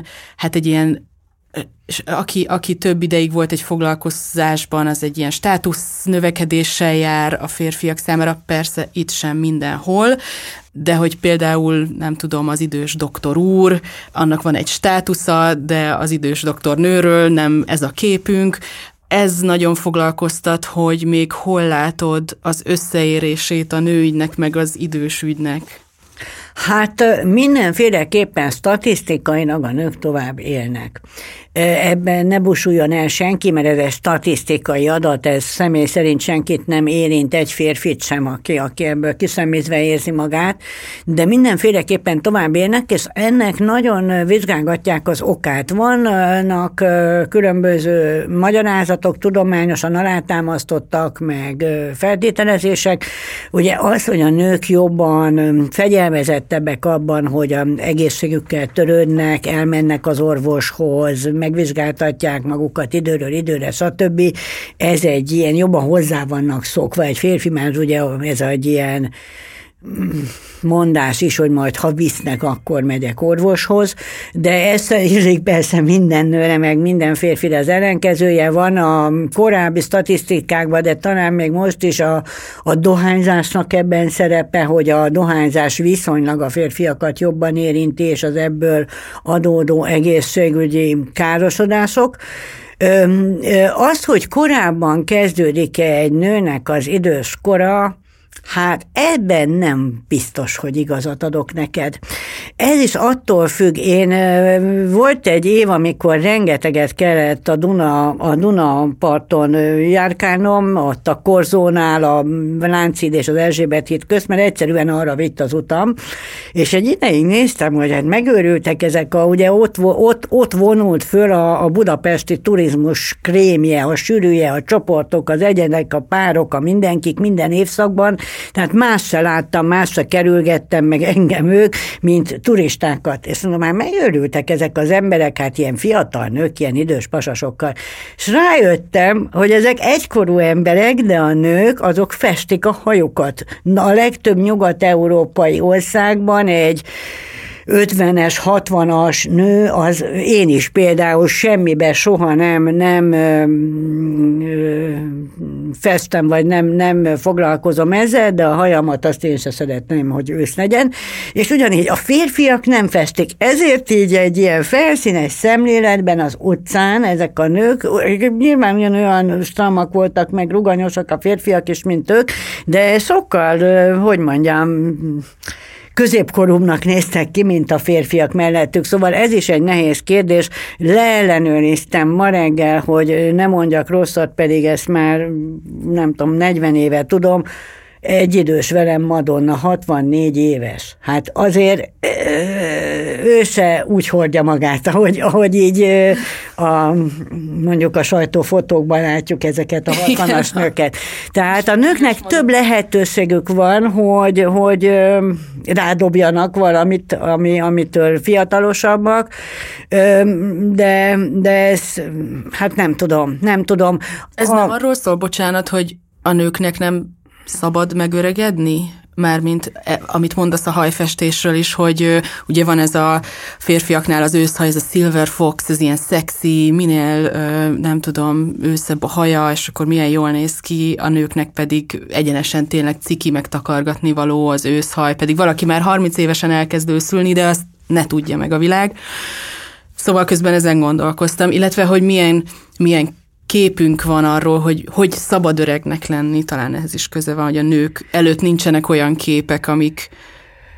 [SPEAKER 1] aki több ideig volt egy foglalkozásban, az egy ilyen státusz növekedéssel jár a férfiak számára, persze itt sem mindenhol, de hogy például, nem tudom, az idős doktor úr, annak van egy státusza, de az idős doktornőről nem ez a képünk. Ez nagyon foglalkoztat, hogy még hol látod az összeérését a nőügynek meg az idős ügynek.
[SPEAKER 2] Hát mindenféleképpen statisztikailag a nők tovább élnek. Ebben ne busuljon el senki, mert ez egy statisztikai adat, ez személy szerint senkit nem érint, egy férfit sem, aki ebből kiszemélyezve érzi magát, de mindenféleképpen tovább élnek, és ennek nagyon vizsgálgatják az okát. Vannak különböző magyarázatok, tudományosan alátámasztottak, meg feltételezések. Ugye az, hogy a nők jobban fegyelmezettebbek abban, hogy az egészségükkel törődnek, elmennek az orvoshoz, megvizsgáltatják magukat időről időre, stb. Ez egy ilyen, jobban hozzá vannak szokva. Egy férfi már ugye ez egy ilyen mondás is, hogy majd ha visznek, akkor megyek orvoshoz, de ez illik persze minden nőre, meg minden férfire az ellenkezője van a korábbi statisztikákban, de talán még most is a dohányzásnak ebben szerepe, hogy a dohányzás viszonylag a férfiakat jobban érinti, és az ebből adódó egészségügyi károsodások. Az, hogy korábban kezdődik-e egy nőnek az idős kora, hát ebben nem biztos, hogy igazat adok neked. Ez is attól függ, volt egy év, amikor rengeteget kellett a Duna parton járkálnom, ott a Korzónál, a Lánchíd és az Erzsébet híd közt, mert egyszerűen arra vitt az utam, és egy ideig néztem, hogy hát megőrültek ezek, ugye ott vonult föl a budapesti turizmus krémje, a sűrűje, a csoportok, az egyenek, a párok, a mindenkik, minden évszakban, tehát más se láttam, más se kerülgettem meg engem ők, mint turistákat. És mondom, már megőrültek ezek az emberek, hát ilyen fiatal nők, ilyen idős pasasokkal. És rájöttem, hogy ezek egykorú emberek, de a nők, azok festik a hajukat. A legtöbb nyugat-európai országban egy 50-es, 60-as nő, az én is például semmibe soha nem festem, vagy nem foglalkozom ezzel, de a hajamat azt én se szeretném, hogy ősz legyen. És ugyanígy a férfiak nem festik. Ezért így egy ilyen felszínes szemléletben az utcán ezek a nők, nyilván olyan stramak voltak, meg ruganyosak a férfiak is, mint ők, de sokkal, hogy mondjam, középkorúbbnak néztek ki, mint a férfiak mellettük. Szóval ez is egy nehéz kérdés. Leellenőriztem ma reggel, hogy ne mondjak rosszat, pedig ezt már nem tudom, 40 éve tudom, egy idős velem Madonna, 64 éves. Hát azért ő se úgy hordja magát, ahogy így mondjuk a sajtófotókban látjuk ezeket a 60-as nőket. Tehát a nőknek több lehetőségük van, hogy rádobjanak valamit, amitől fiatalosabbak, de ez, hát nem tudom.
[SPEAKER 1] Ez nem arról szól, bocsánat, hogy a nőknek nem szabad megöregedni? Mármint, amit mondasz a hajfestésről is, hogy ugye van ez a férfiaknál az őszhaj, ez a silver fox, ez ilyen szexi, minél, nem tudom, őszebb a haja, és akkor milyen jól néz ki, a nőknek pedig egyenesen tényleg ciki megtakargatni való az őszhaj, pedig valaki már 30 évesen elkezd őszülni, de azt ne tudja meg a világ. Szóval közben ezen gondolkoztam, illetve, hogy milyen képünk van arról, hogy szabad öregnek lenni, talán ehhez is köze van, hogy a nők előtt nincsenek olyan képek, amik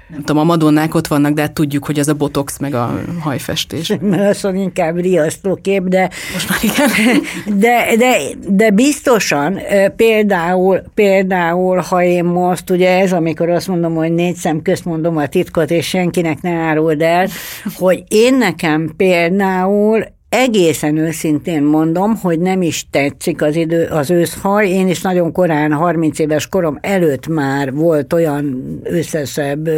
[SPEAKER 1] Nem tudom, a Madonnák ott vannak, de hát tudjuk, hogy az a botox meg a hajfestés.
[SPEAKER 2] Mert az inkább riasztó kép, de...
[SPEAKER 1] Most már igen.
[SPEAKER 2] De biztosan, például, ha én most, ugye ez, amikor azt mondom, hogy 4 szem közt mondom a titkot, és senkinek ne áruld el, hogy én nekem például egészen őszintén mondom, hogy nem is tetszik az őszhaj. Én is nagyon korán, 30 éves korom előtt már volt olyan összeszebb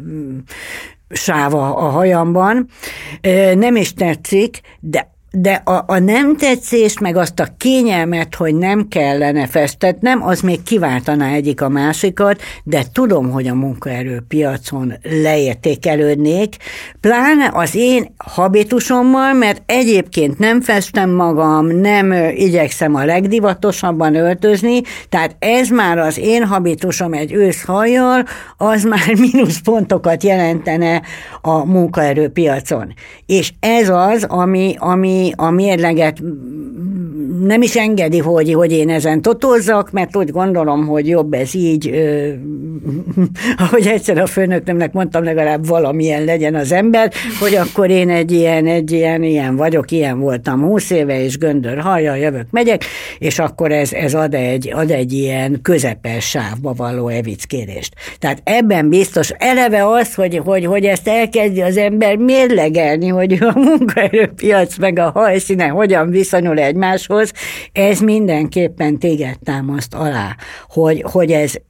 [SPEAKER 2] sáva a hajamban. Nem is tetszik, de a nem tetszést, meg azt a kényelmet, hogy nem kellene festetnem, az még kiváltaná egyik a másikat, de tudom, hogy a munkaerőpiacon leértékelődnék, pláne az én habitusommal, mert egyébként nem festem magam, nem igyekszem a legdivatosabban öltözni, tehát ez már az én habitusom egy őszhajjal, az már mínuszpontokat jelentene a munkaerőpiacon. És ez az, ami a mérleget nem is engedi, hogy én ezen totozzak, mert úgy gondolom, hogy jobb ez így, ahogy egyszer a főnöknömnek mondtam, legalább valamilyen legyen az ember, hogy akkor én egy ilyen vagyok, ilyen voltam 20 éve, és göndör hajjal jövök, megyek, és akkor ez ad egy ilyen közepes sávba való evickérést. Tehát ebben biztos eleve az, hogy ezt elkezdi az ember mérlegelni, hogy a munkaerőpiac meg a hajszíne hogyan viszonyul egymáshoz, ez mindenképpen téged támaszt alá, hogy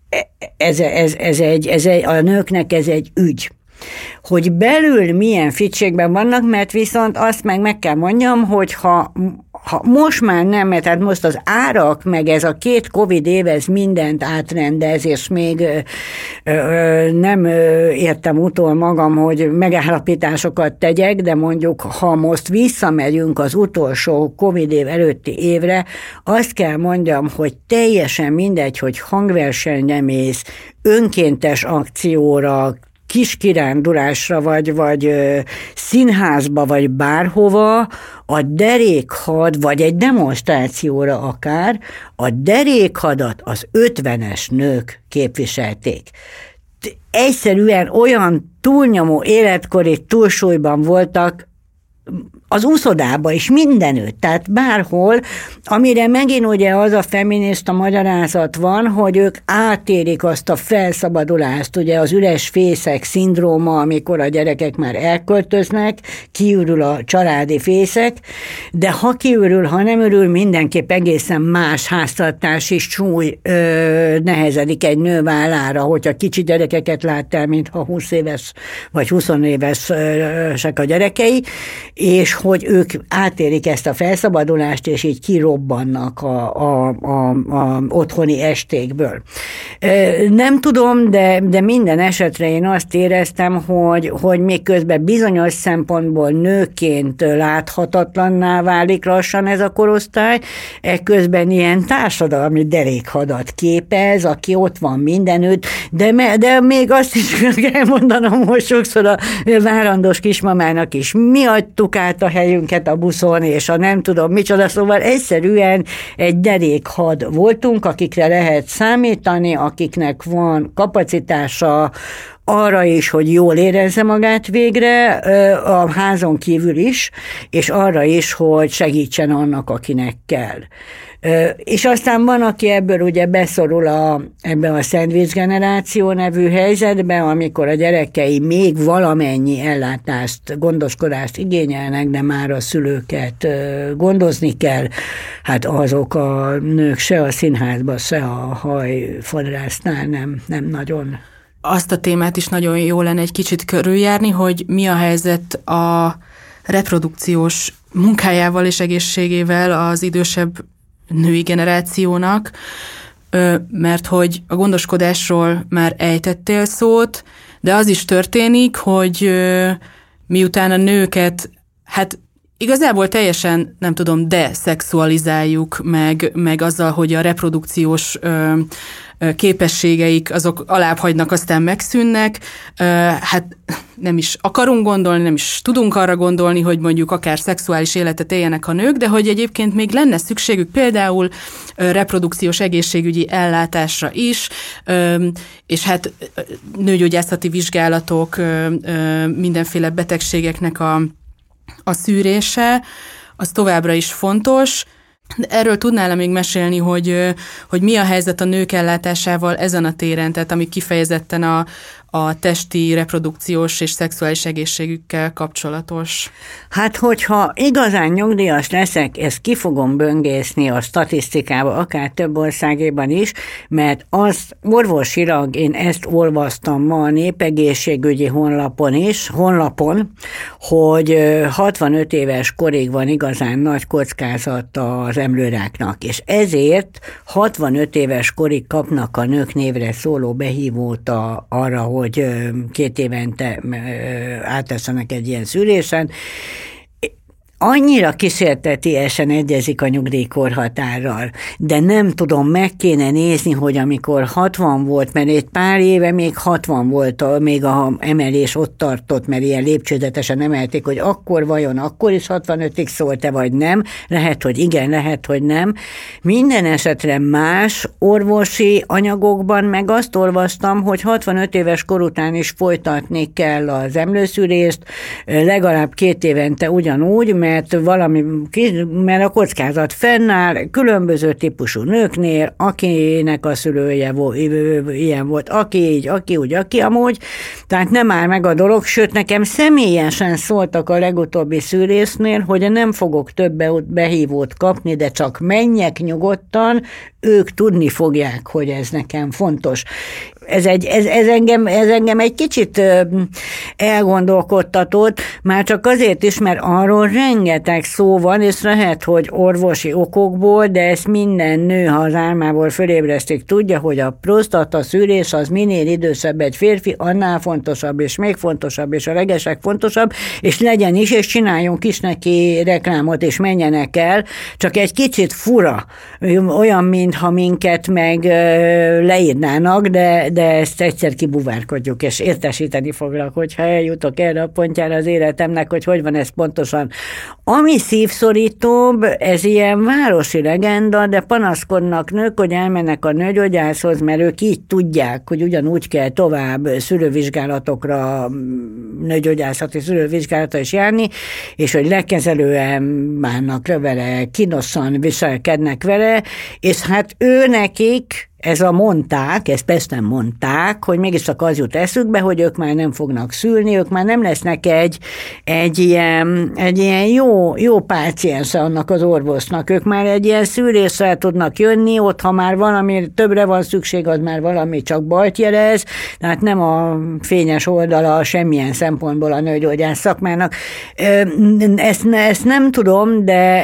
[SPEAKER 2] ez a nőknek ez egy ügy. Hogy belül milyen fittségben vannak, mert viszont azt meg kell mondjam, hogy ha most már nem, mert hát most az árak, meg ez a 2 Covid év, ez mindent átrendez, és még nem értem utol magam, hogy megállapításokat tegyek, de mondjuk, ha most visszamegyünk az utolsó Covid év előtti évre, azt kell mondjam, hogy teljesen mindegy, hogy hangversenyre mész, önkéntes akcióra, kis kirándulásra, vagy színházba, vagy bárhova, a derékhad, vagy egy demonstrációra akár, a derékhadat az 50-es nők képviselték. Egyszerűen olyan túlnyomó életkori túlsúlyban voltak, az úszodában is mindenütt, tehát bárhol, amire megint ugye az a feminista magyarázat van, hogy ők átérik azt a felszabadulást, ugye az üres fészek szindróma, amikor a gyerekek már elköltöznek, kiürül a családi fészek, de ha kiürül, ha nem ürül, mindenképp egészen más háztartási súly nehezedik egy nő vállára, hogyha kicsi gyerekeket lát el, mintha 20 éves vagy 20 évesek a gyerekei, és hogy ők átérik ezt a felszabadulást, és így kirobbannak a otthoni estékből. Nem tudom, de minden esetre én azt éreztem, hogy miközben bizonyos szempontból nőként láthatatlanná válik lassan ez a korosztály, ekközben ilyen társadalmi derékhadat képez, aki ott van mindenütt, de még azt is kell mondanom, hogy sokszor a várandós kismamának is mi adtuk át a helyünket a buszon, és a nem tudom micsoda, szóval egyszerűen egy derékhad voltunk, akikre lehet számítani, akiknek van kapacitása arra is, hogy jól érezze magát végre, a házon kívül is, és arra is, hogy segítsen annak, akinek kell. És aztán van, aki ebből ugye beszorul ebbe a szendvics generáció nevű helyzetbe, amikor a gyerekei még valamennyi ellátást, gondoskodást igényelnek, de már a szülőket gondozni kell. Hát azok a nők se a színházban, se a hajfodrásznál nem nagyon.
[SPEAKER 1] Azt a témát is nagyon jó lenne egy kicsit körüljárni, hogy mi a helyzet a reprodukciós munkájával és egészségével az idősebb női generációnak, mert hogy a gondoskodásról már ejtettél szót, de az is történik, hogy miután a nőket, hát igazából teljesen, nem tudom, deszexualizáljuk meg azzal, hogy a reprodukciós képességeik azok alább hagynak, aztán megszűnnek. Hát nem is akarunk gondolni, nem is tudunk arra gondolni, hogy mondjuk akár szexuális életet éljenek a nők, de hogy egyébként még lenne szükségük például reprodukciós egészségügyi ellátásra is, és hát nőgyógyászati vizsgálatok, mindenféle betegségeknek a szűrése, az továbbra is fontos. De erről tudnál még mesélni, hogy mi a helyzet a nők ellátásával ezen a téren, tehát ami kifejezetten a testi, reprodukciós és szexuális egészségükkel kapcsolatos?
[SPEAKER 2] Hát, hogyha igazán nyugdíjas leszek, ezt ki fogom böngészni a statisztikába, akár több országében is, mert azt orvosilag én ezt olvastam ma a népegészségügyi honlapon, hogy 65 éves korig van igazán nagy kockázat az emlőráknak, és ezért 65 éves korig kapnak a nők névre szóló behívót arra, hogy 2 évente áteszenek egy ilyen szűrésen. Annyira kísértetiesen egyezik a nyugdíjkorhatárral, de nem tudom, meg kéne nézni, hogy amikor 60 volt, mert egy pár éve még 60 volt, még a emelés ott tartott, mert ilyen lépcsőzetesen emelték, hogy akkor vajon, akkor is 65-ig szólt-e, vagy nem, lehet, hogy igen, lehet, hogy nem. Minden esetre más orvosi anyagokban meg azt olvastam, hogy 65 éves kor után is folytatni kell az emlőszűrést, legalább 2 évente ugyanúgy, mert a kockázat fennáll különböző típusú nőknél, akinek a szülője ilyen volt, aki így, aki úgy, aki amúgy, tehát nem áll meg a dolog, sőt nekem személyesen szóltak a legutóbbi szűrésnél, hogy nem fogok több behívót kapni, de csak menjek nyugodtan, ők tudni fogják, hogy ez nekem fontos. Ez engem egy kicsit elgondolkodtatott, már csak azért is, mert arról rengeteg szó van, és lehet, hogy orvosi okokból, de ezt minden nő, ha az álmából fölébresztik, tudja, hogy a prostata szűrés az minél idősebb egy férfi, annál fontosabb, és még fontosabb, és a legesleg fontosabb, és legyen is, és csináljunk is neki reklámot, és menjenek el, csak egy kicsit fura, olyan, mintha minket meg leírnának, de ezt egyszer kibuvárkodjuk, és értesíteni foglak, hogyha eljutok erre a pontjára az életemnek, hogy van ez pontosan. Ami szívszorítóbb, ez ilyen városi legenda, de panaszkodnak nők, hogy elmennek a nőgyógyászhoz, mert ők így tudják, hogy ugyanúgy kell tovább szülővizsgálatokra, nőgyógyászati szülővizsgálatra is járni, és hogy lekezelően bánnak vele, kínosan viselkednek vele, és hát ő nekik ezt persze nem mondták, hogy mégiscsak az jut eszükbe, hogy ők már nem fognak szülni, ők már nem lesznek egy ilyen jó páciense annak az orvosnak. Ők már egy ilyen szűréssel tudnak jönni, ott ha már valami többre van szükség, az már valami csak bajt jelez, tehát nem a fényes oldala semmilyen szempontból a nőgyógyász szakmának. Ezt nem tudom,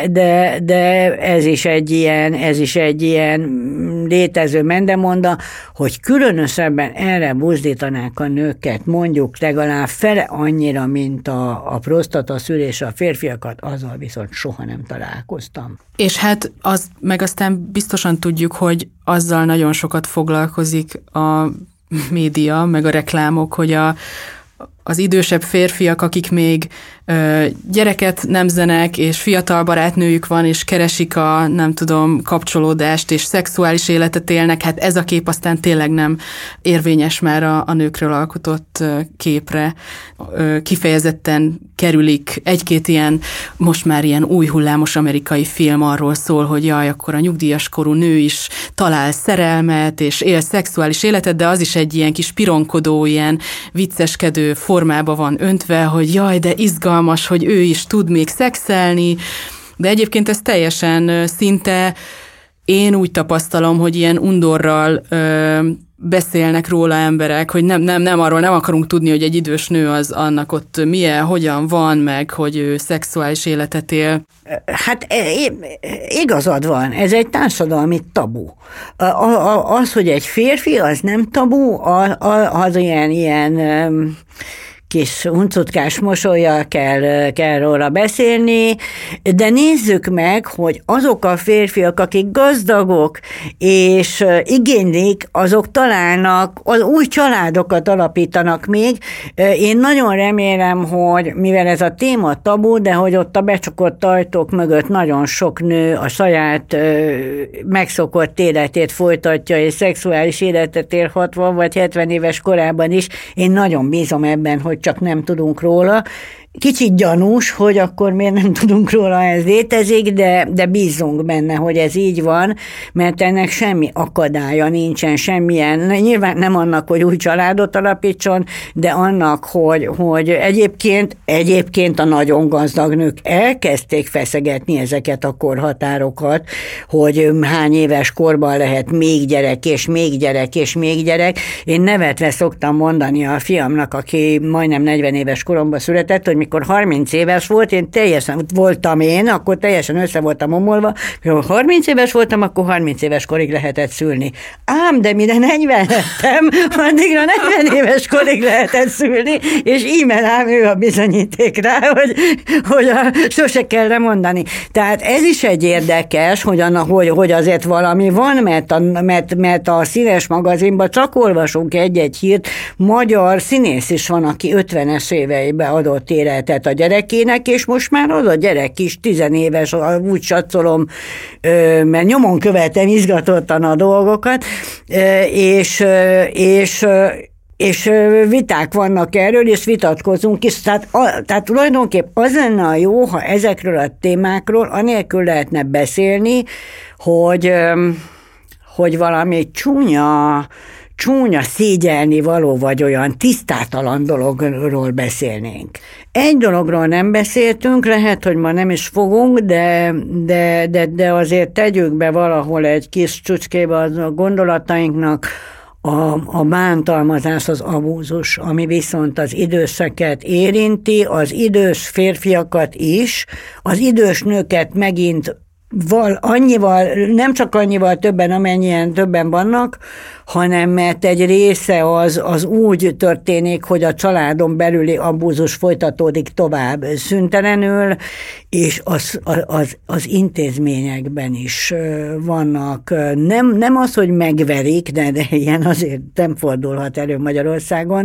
[SPEAKER 2] de ez is egy ilyen létező mendemonda, hogy különösebben erre buzdítanák a nőket, mondjuk legalább fele annyira, mint a prostata szűrés a férfiakat, azzal viszont soha nem találkoztam.
[SPEAKER 1] És hát meg aztán biztosan tudjuk, hogy azzal nagyon sokat foglalkozik a média, meg a reklámok, hogy az idősebb férfiak, akik még gyereket nemzenek, és fiatal barátnőjük van, és keresik a, nem tudom, kapcsolódást, és szexuális életet élnek, hát ez a kép aztán tényleg nem érvényes már a nőkről alkotott képre. Kifejezetten kerülik egy-két ilyen, most már ilyen új hullámos amerikai film arról szól, hogy jaj, akkor a nyugdíjas korú nő is talál szerelmet, és él szexuális életet, de az is egy ilyen kis pironkodó, ilyen vicceskedő formába van öntve, hogy jaj, de izgalmas, hogy ő is tud még szexelni, de egyébként ez teljesen szinte, én úgy tapasztalom, hogy ilyen undorral beszélnek róla emberek, hogy nem arról nem akarunk tudni, hogy egy idős nő az annak ott milyen, hogyan van, meg hogy ő szexuális életet él.
[SPEAKER 2] Hát igazad van, ez egy társadalmi tabu. Az, hogy egy férfi, az nem tabu, az ilyen kis uncutkás mosollyal kell róla beszélni, de nézzük meg, hogy azok a férfiak, akik gazdagok és igénylik, azok találnak, az új családokat alapítanak még. Én nagyon remélem, hogy mivel ez a téma tabu, de hogy ott a becsukott ajtók mögött nagyon sok nő a saját megszokott életét folytatja, és szexuális életet ér 60 vagy 70 éves korában is. Én nagyon bízom ebben, hogy csak nem tudunk róla. Kicsit gyanús, hogy akkor miért nem tudunk róla, ez létezik, de bízunk benne, hogy ez így van, mert ennek semmi akadálya nincsen, semmilyen, nyilván nem annak, hogy új családot alapítson, de annak, hogy egyébként a nagyon gazdag nők elkezdték feszegetni ezeket a korhatárokat, hogy hány éves korban lehet még gyerek, és még gyerek, és még gyerek. Én nevetve szoktam mondani a fiamnak, aki majdnem 40 éves koromban született, hogy mikor 30 éves volt, akkor teljesen össze voltam omolva, mikor 30 éves voltam, akkor 30 éves korig lehetett szülni. Ám, de mire 40 lettem, addigra 40 éves korig lehetett szülni, és íme rám ő a bizonyíték rá, hogy sose kell lemondani. Tehát ez is egy érdekes, hogy azért valami van, mert a Színes magazinban csak olvasunk egy-egy hírt, magyar színész is van, aki 50-es éveibe adott életet a gyerekének, és most már az a gyerek is 10 éves, úgy satszolom, mert nyomon követem izgatottan a dolgokat, és viták vannak erről, és vitatkozunk is. Tehát tulajdonképp az lenne a jó, ha ezekről a témákról anélkül lehetne beszélni, hogy valami csúnya szégyelni való, vagy olyan tisztátalan dologról beszélnénk. Egy dologról nem beszéltünk, lehet, hogy ma nem is fogunk, de azért tegyük be valahol egy kis csücskébe a gondolatainknak, a bántalmazás, az abúzus, ami viszont az időseket érinti, az idős férfiakat is, az idős nőket megint nem csak annyival többen, amennyien többen vannak, hanem mert egy része az úgy történik, hogy a családon belüli abúzus folytatódik tovább szüntelenül, és az intézményekben is vannak. Nem az, hogy megverik, de ilyen azért nem fordulhat elő Magyarországon,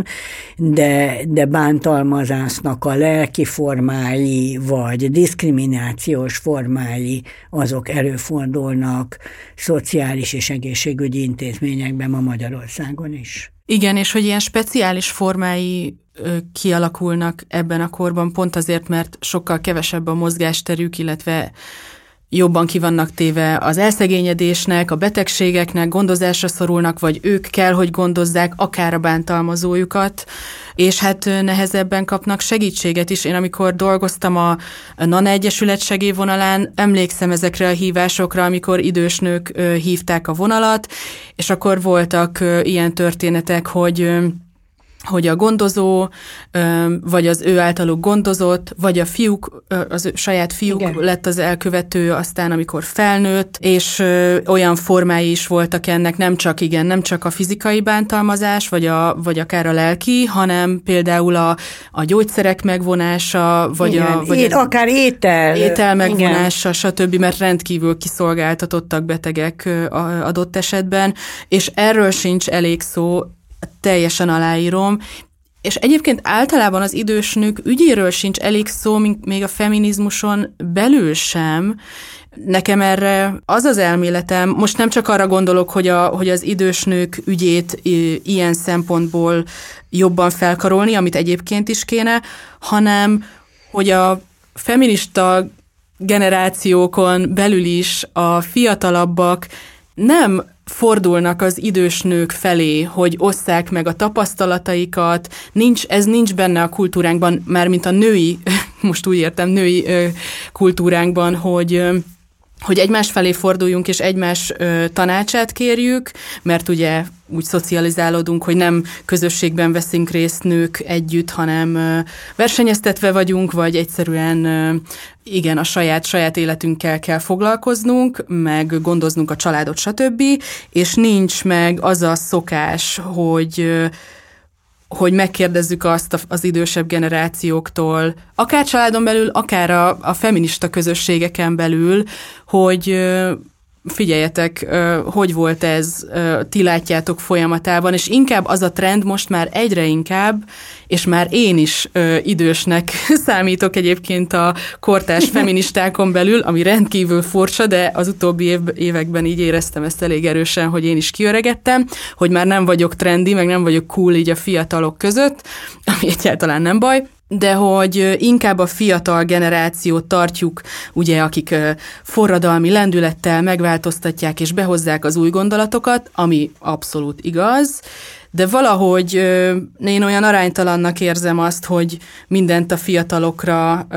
[SPEAKER 2] de bántalmazásnak a lelki formái, vagy diszkriminációs formái, azok előfordulnak szociális és egészségügyi intézményekben ma Magyarországon is.
[SPEAKER 1] Igen, és hogy ilyen speciális formái kialakulnak ebben a korban, pont azért, mert sokkal kevesebb a mozgásterük, illetve jobban ki vannak téve az elszegényedésnek, a betegségeknek, gondozásra szorulnak, vagy ők kell, hogy gondozzák akár a bántalmazójukat, és hát nehezebben kapnak segítséget is. Én amikor dolgoztam a NANA Egyesület segélyvonalán, emlékszem ezekre a hívásokra, amikor idős nők hívták a vonalat, és akkor voltak ilyen történetek, hogy a gondozó, vagy az ő általuk gondozott, vagy a fiúk, az saját fiúk igen. lett az elkövető aztán, amikor felnőtt, és olyan formái is voltak ennek, nem csak a fizikai bántalmazás, vagy akár a lelki, hanem például a gyógyszerek megvonása, vagy
[SPEAKER 2] akár étel
[SPEAKER 1] megvonása, igen. stb., mert rendkívül kiszolgáltatottak betegek adott esetben, és erről sincs elég szó, teljesen aláírom, és egyébként általában az idős nők ügyéről sincs elég szó, még a feminizmuson belül sem. Nekem erre az az elméletem, most nem csak arra gondolok, hogy az idős nők ügyét ilyen szempontból jobban felkarolni, amit egyébként is kéne, hanem hogy a feminista generációkon belül is a fiatalabbak nem fordulnak az idős nők felé, hogy osszák meg a tapasztalataikat, ez nincs benne a kultúránkban, mármint a női, most úgy értem, női kultúránkban, hogy egymás felé forduljunk, és egymás tanácsát kérjük, mert ugye úgy szocializálódunk, hogy nem közösségben veszünk részt nők együtt, hanem versenyeztetve vagyunk, vagy egyszerűen igen, a saját életünkkel kell foglalkoznunk, meg gondoznunk a családot, stb. És nincs meg az a szokás, hogy megkérdezzük azt az idősebb generációktól, akár családon belül, akár a feminista közösségeken belül, hogy figyeljetek, hogy volt ez, ti látjátok folyamatában, és inkább az a trend most már egyre inkább, és már én is idősnek számítok egyébként a kortárs feministákon belül, ami rendkívül furcsa, de az utóbbi években így éreztem ezt elég erősen, hogy én is kiöregettem, hogy már nem vagyok trendi, meg nem vagyok cool így a fiatalok között, ami egyáltalán nem baj, de hogy inkább a fiatal generációt tartjuk, ugye, akik forradalmi lendülettel megváltoztatják és behozzák az új gondolatokat, ami abszolút igaz, de valahogy én olyan aránytalannak érzem azt, hogy mindent a fiatalokra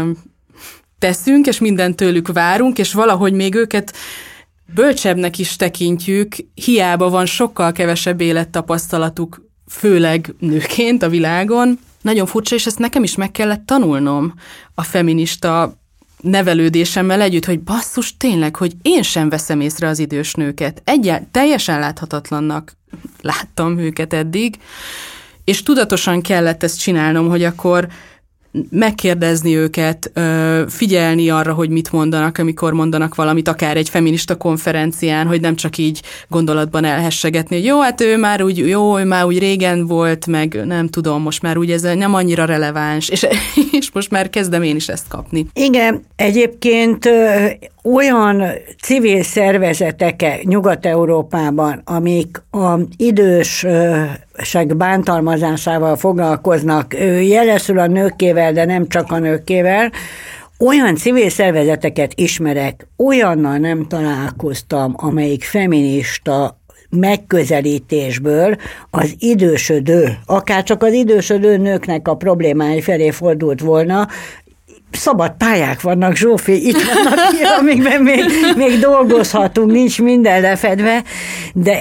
[SPEAKER 1] teszünk, és mindent tőlük várunk, és valahogy még őket bölcsebbnek is tekintjük, hiába van sokkal kevesebb élettapasztalatuk, főleg nőként a világon. Nagyon furcsa, és ezt nekem is meg kellett tanulnom a feminista nevelődésemmel együtt, hogy basszus, tényleg, hogy én sem veszem észre az idős nőket. Teljesen láthatatlannak láttam őket eddig, és tudatosan kellett ezt csinálnom, hogy akkor megkérdezni őket, figyelni arra, hogy mit mondanak, amikor mondanak valamit, akár egy feminista konferencián, hogy nem csak így gondolatban elhessegetni, hogy jó, hát ő már úgy régen volt, meg nem tudom, most már úgy ez nem annyira releváns, és most már kezdem én is ezt kapni.
[SPEAKER 2] Igen, egyébként olyan civil szervezetek Nyugat-Európában, amik az idősek bántalmazásával foglalkoznak, jelesül a nőkével, de nem csak a nőkével, olyan civil szervezeteket ismerek, olyannal nem találkoztam, amelyik feminista megközelítésből az idősödő, akár csak az idősödő nőknek a problémái felé fordult volna. Szabad pályák vannak, Zsófi, itt vannak, amikben még dolgozhatunk, nincs minden lefedve, de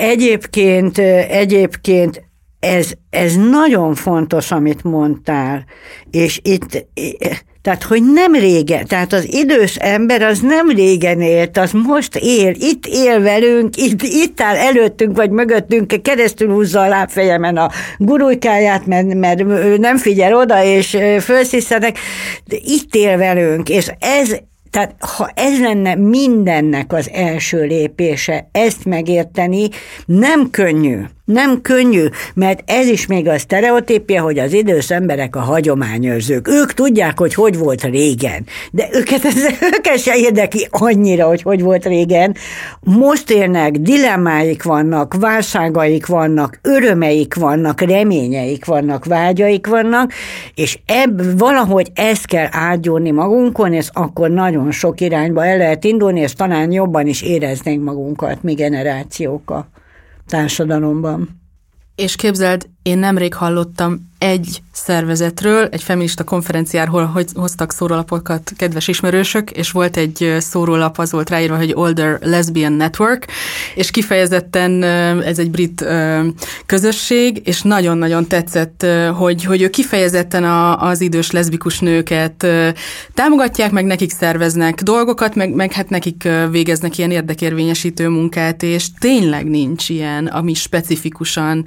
[SPEAKER 2] egyébként ez nagyon fontos, amit mondtál, és itt, tehát, hogy nem régen, tehát az idős ember az nem régen élt, az most él, itt él velünk, itt áll előttünk, vagy mögöttünk, keresztül húzza a lábfejemen a gurujkáját, mert nem figyel oda, és fölsziszenek, de itt él velünk, és tehát ha ez lenne mindennek az első lépése, ezt megérteni, nem könnyű, mert ez is még a sztereotípia, hogy az idős emberek a hagyományőrzők. Ők tudják, hogy volt régen, de őket se érdekli annyira, hogy volt régen. Most élnek, dilemmáik vannak, válságaik vannak, örömeik vannak, reményeik vannak, vágyaik vannak, és valahogy ezt kell átgyúrni magunkon, és akkor nagyon sok irányba el lehet indulni, és talán jobban is éreznénk magunkat, mi generációk a társadalomban.
[SPEAKER 1] És képzeld, én nemrég hallottam egy szervezetről, egy feminista konferenciáról, hogy hoztak szórólapokat kedves ismerősök, és volt egy szórólap, az volt ráírva, hogy Older Lesbian Network, és kifejezetten ez egy brit közösség, és nagyon-nagyon tetszett, hogy ők kifejezetten az idős leszbikus nőket támogatják, meg nekik szerveznek dolgokat, meg hát nekik végeznek ilyen érdekérvényesítő munkát, és tényleg nincs ilyen, ami specifikusan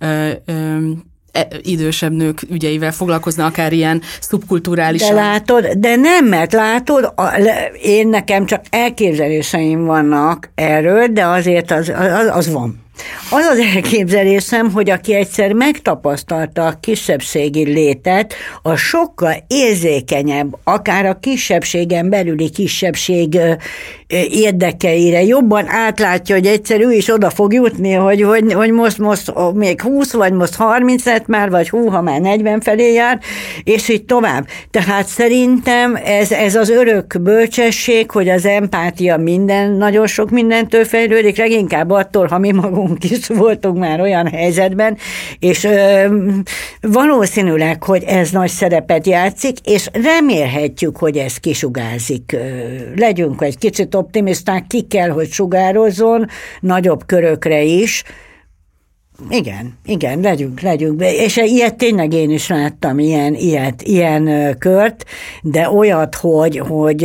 [SPEAKER 1] idősebb nők ügyeivel foglalkozna, akár ilyen szubkulturálisan.
[SPEAKER 2] De látod, de nem, mert látod, én nekem csak elképzeléseim vannak erről, de azért az van. Az az elképzelésem, hogy aki egyszer megtapasztalta a kisebbségi létet, az sokkal érzékenyebb, akár a kisebbségen belüli kisebbség érdekeire, jobban átlátja, hogy egyszer ő is oda fog jutni, hogy most még 20, vagy most 30 lett már, vagy ha már 40 felé jár, és így tovább. Tehát szerintem ez az örök bölcsesség, hogy az empátia nagyon sok mindentől fejlődik, leginkább attól, ha mi magunk is voltunk már olyan helyzetben, és valószínűleg, hogy ez nagy szerepet játszik, és remélhetjük, hogy ez kisugárzik. Legyünk egy kicsit optimisták, ki kell, hogy sugározzon, nagyobb körökre is. Igen, legyünk be. És ilyet tényleg én is láttam, ilyen kört, de olyat, hogy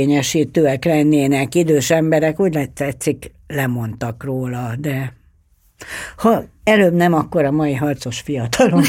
[SPEAKER 2] önérdekérvényesítőek lennének idős emberek, úgy tetszik, lemondtak róla, de Ha előbb nem, akkor a mai harcos fiatalok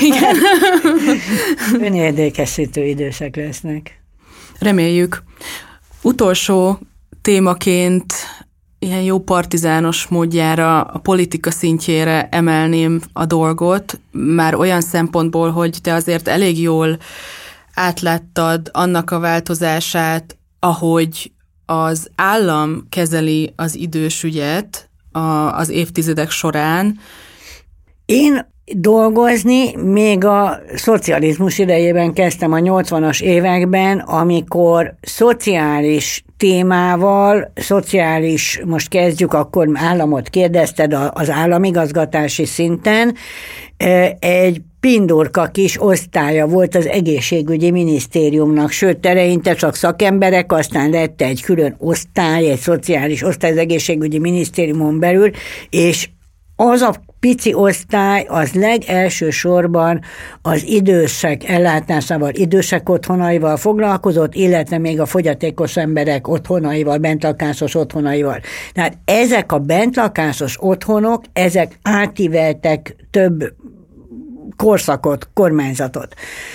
[SPEAKER 2] önérdekesítő idősek lesznek.
[SPEAKER 1] Reméljük. Utolsó témaként ilyen jó partizános módjára a politika szintjére emelném a dolgot, már olyan szempontból, hogy te azért elég jól átláttad annak a változását, ahogy az állam kezeli az idősügyet az évtizedek során.
[SPEAKER 2] Én dolgozni még a szocializmus idejében kezdtem a 80-as években, amikor szociális témával, most kezdjük, akkor államot kérdezted az államigazgatási szinten, egy pindurka kis osztálya volt az egészségügyi minisztériumnak, sőt, eleinte csak szakemberek, aztán lett egy külön osztály, egy szociális osztály az egészségügyi minisztériumon belül, és az a pici osztály az legelsősorban az idősek ellátásával, idősek otthonaival foglalkozott, illetve még a fogyatékos emberek otthonaival, bentlakásos otthonaival. Tehát ezek a bentlakásos otthonok, ezek átíveltek több korszakot, kormányzatot.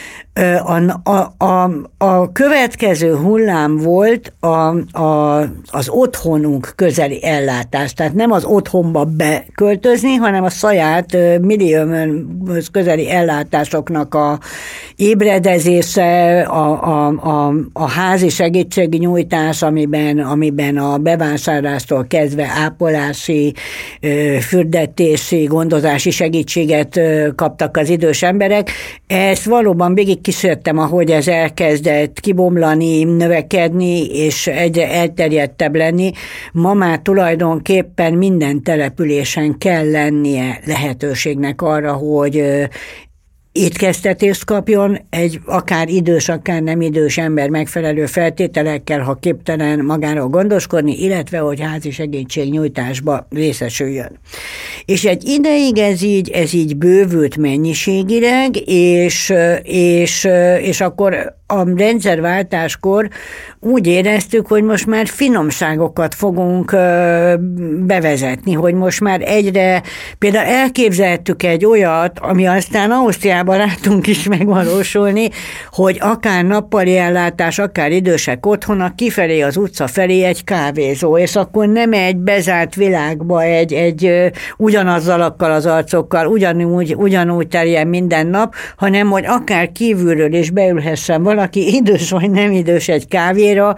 [SPEAKER 2] A következő hullám volt az otthonunk közeli ellátás, tehát nem az otthonba beköltözni, hanem a saját milliómön közeli ellátásoknak a ébredezése, a házi segítségnyújtás, amiben a bevásárlástól kezdve ápolási, fürdetési, gondozási segítséget kaptak az idős emberek. Ezt valóban végig kísértem, ahogy ez elkezdett kibomlani, növekedni, és egyre elterjedtebb lenni. Ma már tulajdonképpen minden településen kell lennie lehetőségnek arra, hogy étkeztetést kapjon egy akár idős, akár nem idős ember megfelelő feltételekkel, ha képtelen magáról gondoskodni, illetve hogy házi segítségnyújtásba részesüljön. És egy ideig ez így bővült mennyiségileg, és akkor a rendszerváltáskor úgy éreztük, hogy most már finomságokat fogunk bevezetni, hogy most már egyre, például elképzeltük egy olyat, ami aztán Ausztriában látunk is megvalósulni, hogy akár nappali ellátás, akár idősek otthona, kifelé az utca felé egy kávézó, és akkor nem egy bezárt világba, egy ugyanazzalakkal az arcokkal, ugyanúgy terjen minden nap, hanem hogy akár kívülről is beülhessen valaki, idős vagy nem idős, egy kávéra,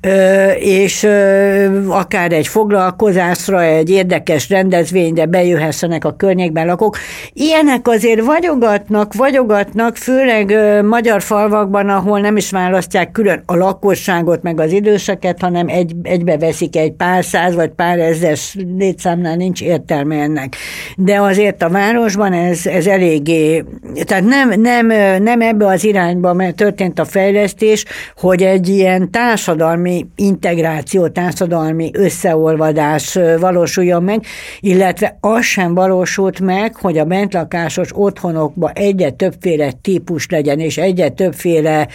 [SPEAKER 2] és akár egy foglalkozásra, egy érdekes rendezvényre bejöhessenek a környékben lakók. Ilyenek azért vagyogatnak, főleg magyar falvakban, ahol nem is választják külön a lakosságot, meg az időseket, hanem egybe veszik egy pár száz vagy pár ezres létszámnál, nincs értelme ennek. De azért a városban ez eléggé, tehát nem ebbe az irányba, mert történt a fejlesztés, hogy egy ilyen társadalmi integráció, társadalmi összeolvadás valósuljon meg, illetve az sem valósult meg, hogy a bentlakásos otthonokba egyre többféle típus legyen, és egyre többféle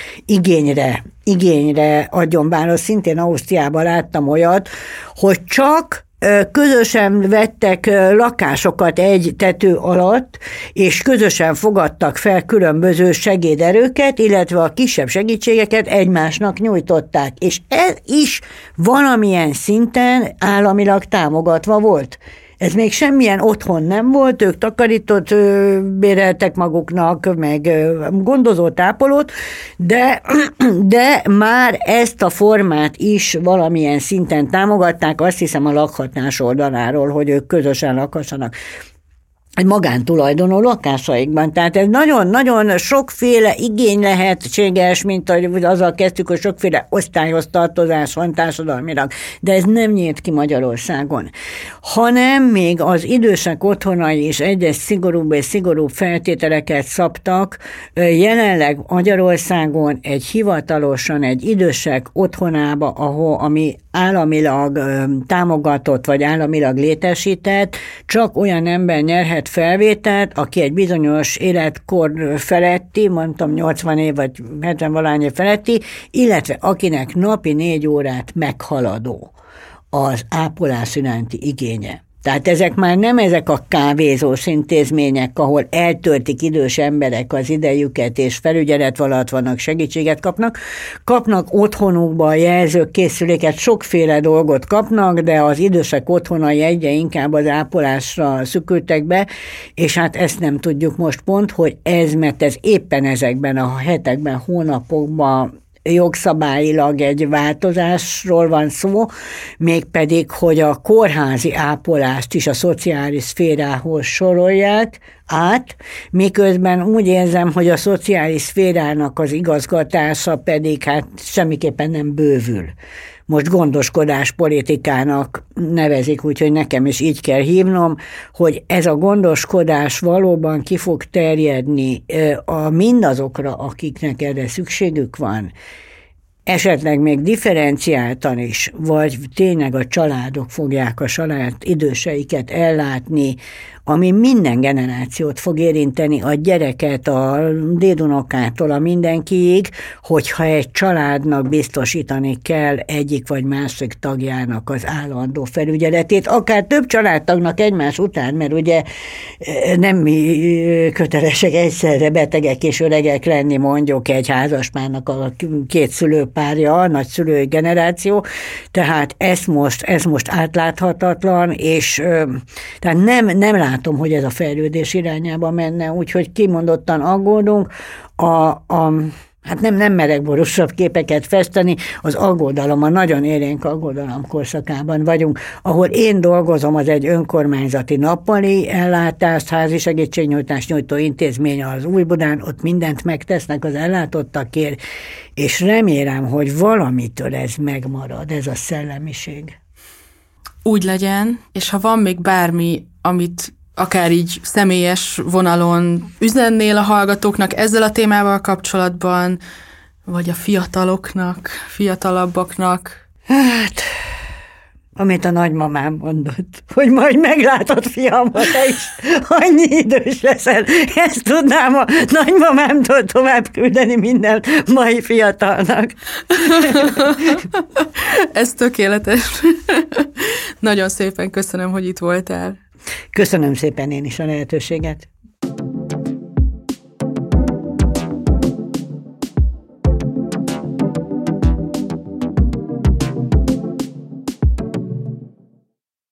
[SPEAKER 2] igényre adjon, bár szintén Ausztriában láttam olyat, hogy csak közösen vettek lakásokat egy tető alatt, és közösen fogadtak fel különböző segéderőket, illetve a kisebb segítségeket egymásnak nyújtották. És ez is valamilyen szinten államilag támogatva volt. Ez még semmilyen otthon nem volt, ők takarítót béreltek maguknak, meg gondozót, ápolót, de már ezt a formát is valamilyen szinten támogatták, azt hiszem a lakhatás oldaláról, hogy ők közösen lakhassanak egy magántulajdonú lakásaikban. Tehát ez nagyon-nagyon sokféle igény lehetséges, mint ahogy azzal kezdtük, hogy sokféle osztályhoz tartozás van társadalmilag, de ez nem nyílt ki Magyarországon. Hanem még az idősek otthonai is egyre szigorúbb és szigorúbb feltételeket szabtak. Jelenleg Magyarországon hivatalosan egy idősek otthonába, ami államilag támogatott, vagy államilag létesített, csak olyan ember nyerhet felvételt, aki egy bizonyos életkor feletti, mondtam 80 év vagy 70-valány év feletti, illetve akinek napi 4 órát meghaladó az ápolás iránti igénye. Tehát ezek már nem ezek a kávézós intézmények, ahol eltöltik idős emberek az idejüket, és felügyelet alatt vannak, segítséget kapnak otthonukba a jelzőkészüléket, sokféle dolgot kapnak, de az idősek otthonai egyre inkább az ápolásra szükültek be, és hát ezt nem tudjuk most pont, hogy mert ez éppen ezekben a hetekben, hónapokban jogszabályilag egy változásról van szó, mégpedig, hogy a kórházi ápolást is a szociális szférához sorolják át, miközben úgy érzem, hogy a szociális szférának az igazgatása pedig hát semmiképpen nem bővül. Most gondoskodás politikának nevezik, úgyhogy nekem is így kell hívnom, hogy ez a gondoskodás valóban ki fog terjedni mindazokra, akiknek erre szükségük van, esetleg még differenciáltan is, vagy tényleg a családok fogják a saját időseiket ellátni, ami minden generációt fog érinteni, a gyereket, a dédunokától a mindenkiig, hogyha egy családnak biztosítani kell egyik vagy másik tagjának az állandó felügyeletét, akár több családtagnak egymás után, mert ugye nem mi kötelesek egyszerre betegek és öregek lenni, mondjuk egy házaspárnak a két szülőpárja, a nagyszülői generáció, tehát ez most átláthatatlan, és tehát nem látom, hogy ez a fejlődés irányába menne, úgyhogy kimondottan aggódunk. Hát nem merek borúsabb képeket festeni, az aggodalom, a nagyon élénk aggodalom korszakában vagyunk. Ahol én dolgozom, az egy önkormányzati nappali ellátást, házi segítségnyújtást nyújtó intézmény az Újbudán, ott mindent megtesznek az ellátottakért, és remélem, hogy valamitől ez megmarad, ez a szellemiség.
[SPEAKER 1] Úgy legyen, és ha van még bármi, amit akár így személyes vonalon üzennél a hallgatóknak ezzel a témával kapcsolatban, vagy a fiataloknak, fiatalabbaknak?
[SPEAKER 2] Hát, amit a nagymamám mondott, hogy majd meglátod, fiam, ha te is annyi idős leszel. Ezt tudnám a nagymamámtól tovább küldeni minden mai fiatalnak.
[SPEAKER 1] Ez tökéletes. Nagyon szépen köszönöm, hogy itt voltál.
[SPEAKER 2] Köszönöm szépen én is a lehetőséget.